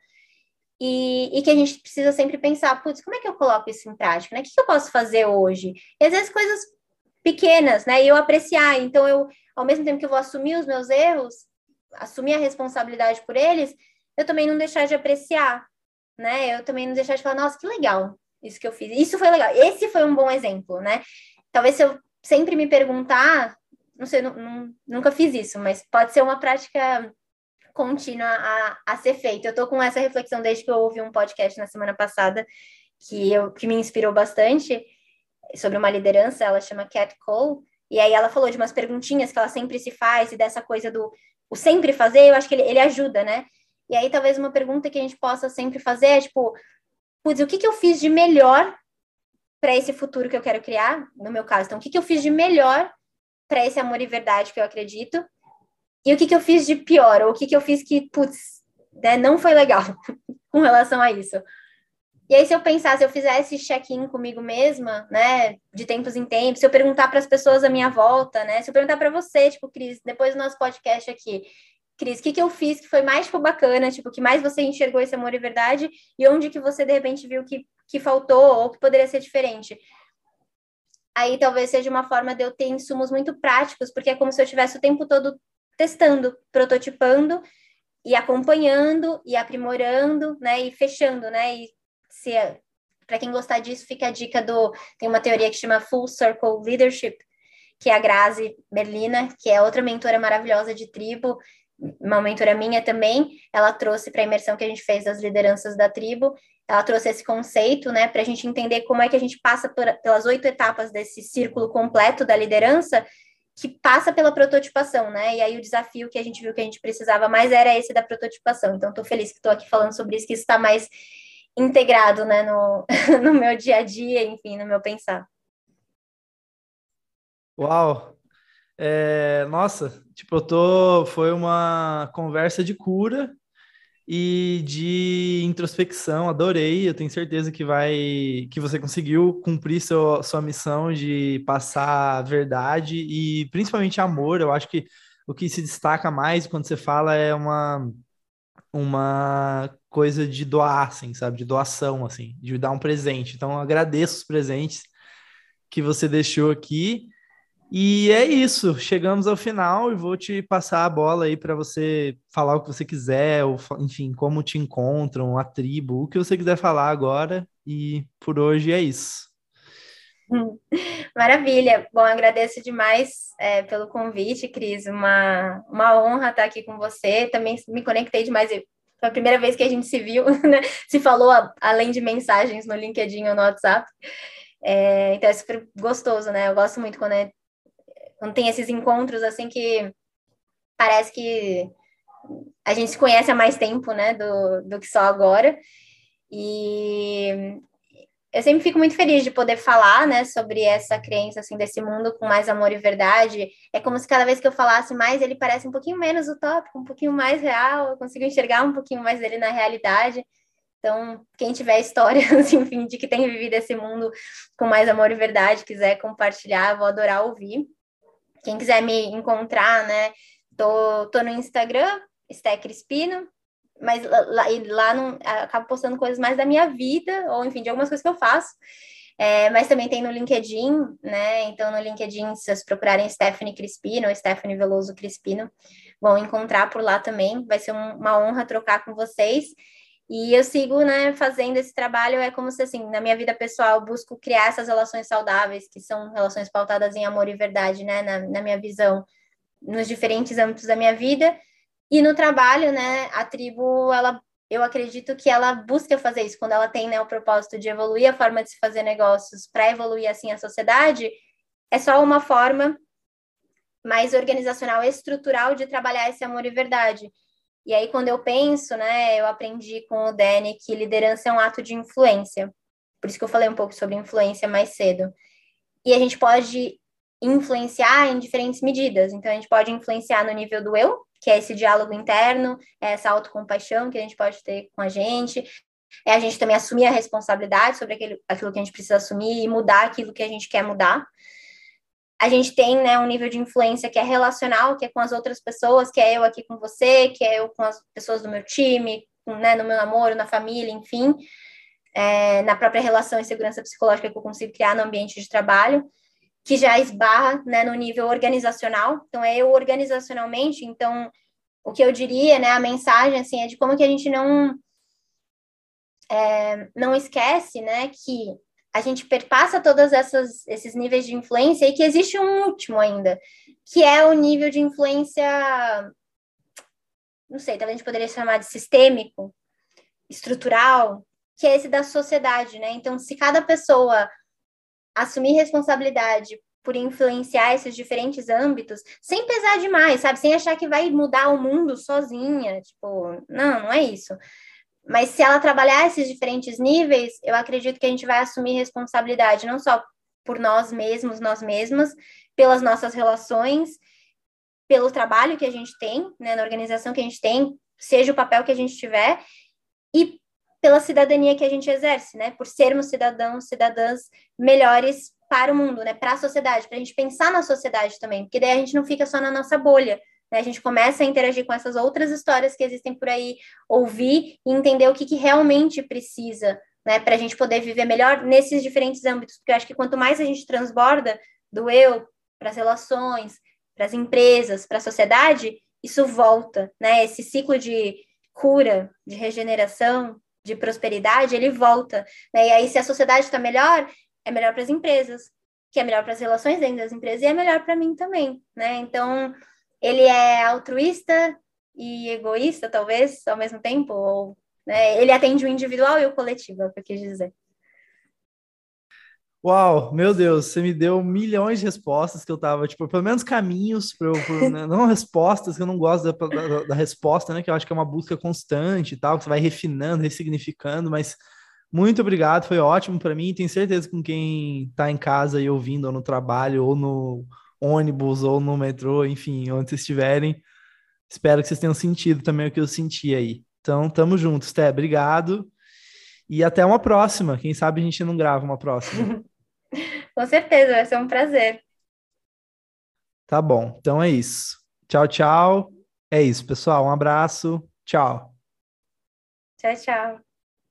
e que a gente precisa sempre pensar, putz, como é que eu coloco isso em prática, né? O que eu posso fazer hoje? E às vezes coisas pequenas, né? E eu apreciar. Então, ao mesmo tempo que eu vou assumir os meus erros, assumir a responsabilidade por eles, eu também não deixar de apreciar, né? Eu também não deixar de falar, nossa, que legal isso que eu fiz. Isso foi legal. Esse foi um bom exemplo, né? Talvez se eu sempre me perguntar, não sei, nunca fiz isso, mas pode ser uma prática contínua a ser feita. Eu tô com essa reflexão desde que eu ouvi um podcast na semana passada que me inspirou bastante sobre uma liderança, ela chama Cat Cole, e aí ela falou de umas perguntinhas que ela sempre se faz e dessa coisa do o sempre fazer, eu acho que ele ajuda, né? E aí talvez uma pergunta que a gente possa sempre fazer é tipo, putz, o que eu fiz de melhor para esse futuro que eu quero criar, no meu caso. Então, o que eu fiz de melhor para esse amor e verdade que eu acredito? E o que eu fiz de pior? Ou o que eu fiz que, putz, né, não foi legal com relação a isso? E aí, se eu pensar, se eu fizer esse check-in comigo mesma, né, de tempos em tempos, se eu perguntar para as pessoas à minha volta, né, se eu perguntar para você, tipo, Cris, depois do nosso podcast aqui, Cris, o que eu fiz que foi mais, tipo, bacana, tipo, que mais você enxergou esse amor e verdade e onde que você, de repente, viu que faltou ou que poderia ser diferente? Aí talvez seja uma forma de eu ter insumos muito práticos, porque é como se eu estivesse o tempo todo testando, prototipando e acompanhando e aprimorando, né, e fechando, né, e se para quem gostar disso, fica a dica tem uma teoria que chama Full Circle Leadership, que é a Grazi Berlina, que é outra mentora maravilhosa de tribo, uma mentora minha também, ela trouxe para a imersão que a gente fez das lideranças da tribo, ela trouxe esse conceito, né, para a gente entender como é que a gente passa pelas 8 etapas desse círculo completo da liderança, que passa pela prototipação, né, e aí o desafio que a gente viu que a gente precisava mais era esse da prototipação, então estou feliz que estou aqui falando sobre isso, que isso está mais integrado, né, no meu dia a dia, enfim, no meu pensar. Uau! Nossa, tipo, foi uma conversa de cura e de introspecção, adorei. Eu tenho certeza que você conseguiu cumprir sua missão de passar verdade e principalmente amor. Eu acho que o que se destaca mais quando você fala é uma coisa de doar, assim, sabe? De doação, assim, de dar um presente. Então, eu agradeço os presentes que você deixou aqui. E é isso, chegamos ao final e vou te passar a bola aí para você falar o que você quiser, ou, enfim, como te encontram, a tribo, o que você quiser falar agora. E por hoje é isso. Maravilha. Bom, agradeço demais pelo convite, Cris. Uma honra estar aqui com você. Também me conectei demais. Foi a primeira vez que a gente se viu, né? Se falou além de mensagens no LinkedIn ou no WhatsApp. Então é super gostoso, né? Eu gosto muito quando tem esses encontros assim que parece que a gente se conhece há mais tempo, né? Do que só agora. E eu sempre fico muito feliz de poder falar, né, sobre essa crença, assim, desse mundo com mais amor e verdade. É como se cada vez que eu falasse mais, ele parece um pouquinho menos utópico, um pouquinho mais real, eu consigo enxergar um pouquinho mais dele na realidade. Então, quem tiver histórias, enfim, de que tem vivido esse mundo com mais amor e verdade, quiser compartilhar, eu vou adorar ouvir. Quem quiser me encontrar, né, tô no Instagram, Sté Crispino, mas lá não, acabo postando coisas mais da minha vida, ou enfim, de algumas coisas que eu faço. Mas também tem no LinkedIn, né? Então, no LinkedIn, se vocês procurarem Stephanie Crispino ou Stephanie Veloso Crispino, vão encontrar por lá também. Vai ser uma honra trocar com vocês. E eu sigo, né, fazendo esse trabalho, é como se, assim, na minha vida pessoal, eu busco criar essas relações saudáveis, que são relações pautadas em amor e verdade, né, na minha visão, nos diferentes âmbitos da minha vida. E no trabalho, né, a tribo, eu acredito que ela busca fazer isso, quando ela tem, né, o propósito de evoluir a forma de se fazer negócios para evoluir, assim, a sociedade, é só uma forma mais organizacional, estrutural de trabalhar esse amor e verdade. E aí, quando eu penso, né, eu aprendi com o Danny que liderança é um ato de influência. Por isso que eu falei um pouco sobre influência mais cedo. E a gente pode influenciar em diferentes medidas. Então, a gente pode influenciar no nível do eu, que é esse diálogo interno, é essa autocompaixão que a gente pode ter com a gente. É a gente também assumir a responsabilidade sobre aquilo que a gente precisa assumir e mudar aquilo que a gente quer mudar. A gente tem, né, um nível de influência que é relacional, que é com as outras pessoas, que é eu aqui com você, que é eu com as pessoas do meu time, né, no meu namoro, na família, enfim, na própria relação e segurança psicológica que eu consigo criar no ambiente de trabalho, que já esbarra, né, no nível organizacional. Então, é eu organizacionalmente. Então, o que eu diria, né, a mensagem, assim, é de como que a gente não esquece, né, que a gente perpassa todos esses níveis de influência e que existe um último ainda, que é o nível de influência, não sei, talvez a gente poderia chamar de sistêmico, estrutural, que é esse da sociedade, né? Então, se cada pessoa assumir responsabilidade por influenciar esses diferentes âmbitos, sem pesar demais, sabe? Sem achar que vai mudar o mundo sozinha, tipo, não é isso. Mas se ela trabalhar esses diferentes níveis, eu acredito que a gente vai assumir responsabilidade, não só por nós mesmos, nós mesmas, pelas nossas relações, pelo trabalho que a gente tem, né, na organização que a gente tem, seja o papel que a gente tiver, e pela cidadania que a gente exerce, né, por sermos cidadãos, cidadãs melhores para o mundo, né, para a sociedade, para a gente pensar na sociedade também, porque daí a gente não fica só na nossa bolha, né, a gente começa a interagir com essas outras histórias que existem por aí, ouvir e entender o que realmente precisa, né, para a gente poder viver melhor nesses diferentes âmbitos, porque eu acho que quanto mais a gente transborda do eu para as relações, para as empresas, para a sociedade, isso volta, né, esse ciclo de cura, de regeneração, de prosperidade, ele volta, né, e aí se a sociedade está melhor, é melhor para as empresas, que é melhor para as relações dentro das empresas e é melhor para mim também, né, então ele é altruísta e egoísta, talvez, ao mesmo tempo, ou, né, ele atende o individual e o coletivo, é o que eu quis dizer. Uau, meu Deus, você me deu milhões de respostas que eu tava, tipo, pelo menos caminhos para eu, né, não respostas, que eu não gosto da resposta, né, que eu acho que é uma busca constante e tal, que você vai refinando, ressignificando, mas muito obrigado, foi ótimo para mim, tenho certeza que com quem tá em casa e ouvindo, ou no trabalho, ou no ônibus, ou no metrô, enfim, onde vocês estiverem, espero que vocês tenham sentido também o que eu senti aí. Então, tamo juntos, Té, obrigado. E até uma próxima. Quem sabe a gente não grava uma próxima. Com certeza, vai ser um prazer. Tá bom, então é isso. Tchau, tchau. É isso, pessoal. Um abraço. Tchau. Tchau, tchau.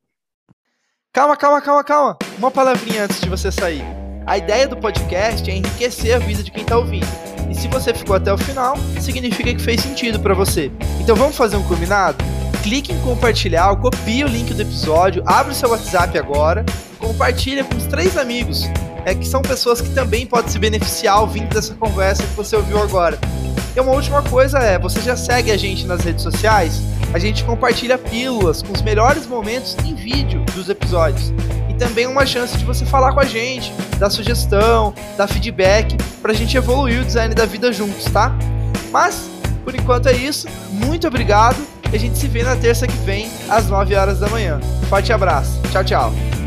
Calma. Uma palavrinha antes de você sair. A ideia do podcast é enriquecer a vida de quem tá ouvindo. E se você ficou até o final, significa que fez sentido para você. Então vamos fazer um combinado? Clique em compartilhar, copie o link do episódio, abre o seu WhatsApp agora, compartilha com os 3 amigos, que são pessoas que também podem se beneficiar ouvindo dessa conversa que você ouviu agora. E uma última coisa você já segue a gente nas redes sociais? A gente compartilha pílulas com os melhores momentos em vídeo dos episódios. E também uma chance de você falar com a gente, dar sugestão, dar feedback, pra gente evoluir o design da vida juntos, tá? Mas, por enquanto é isso. Muito obrigado. E a gente se vê na terça que vem, às 9 horas da manhã. Forte abraço. Tchau, tchau.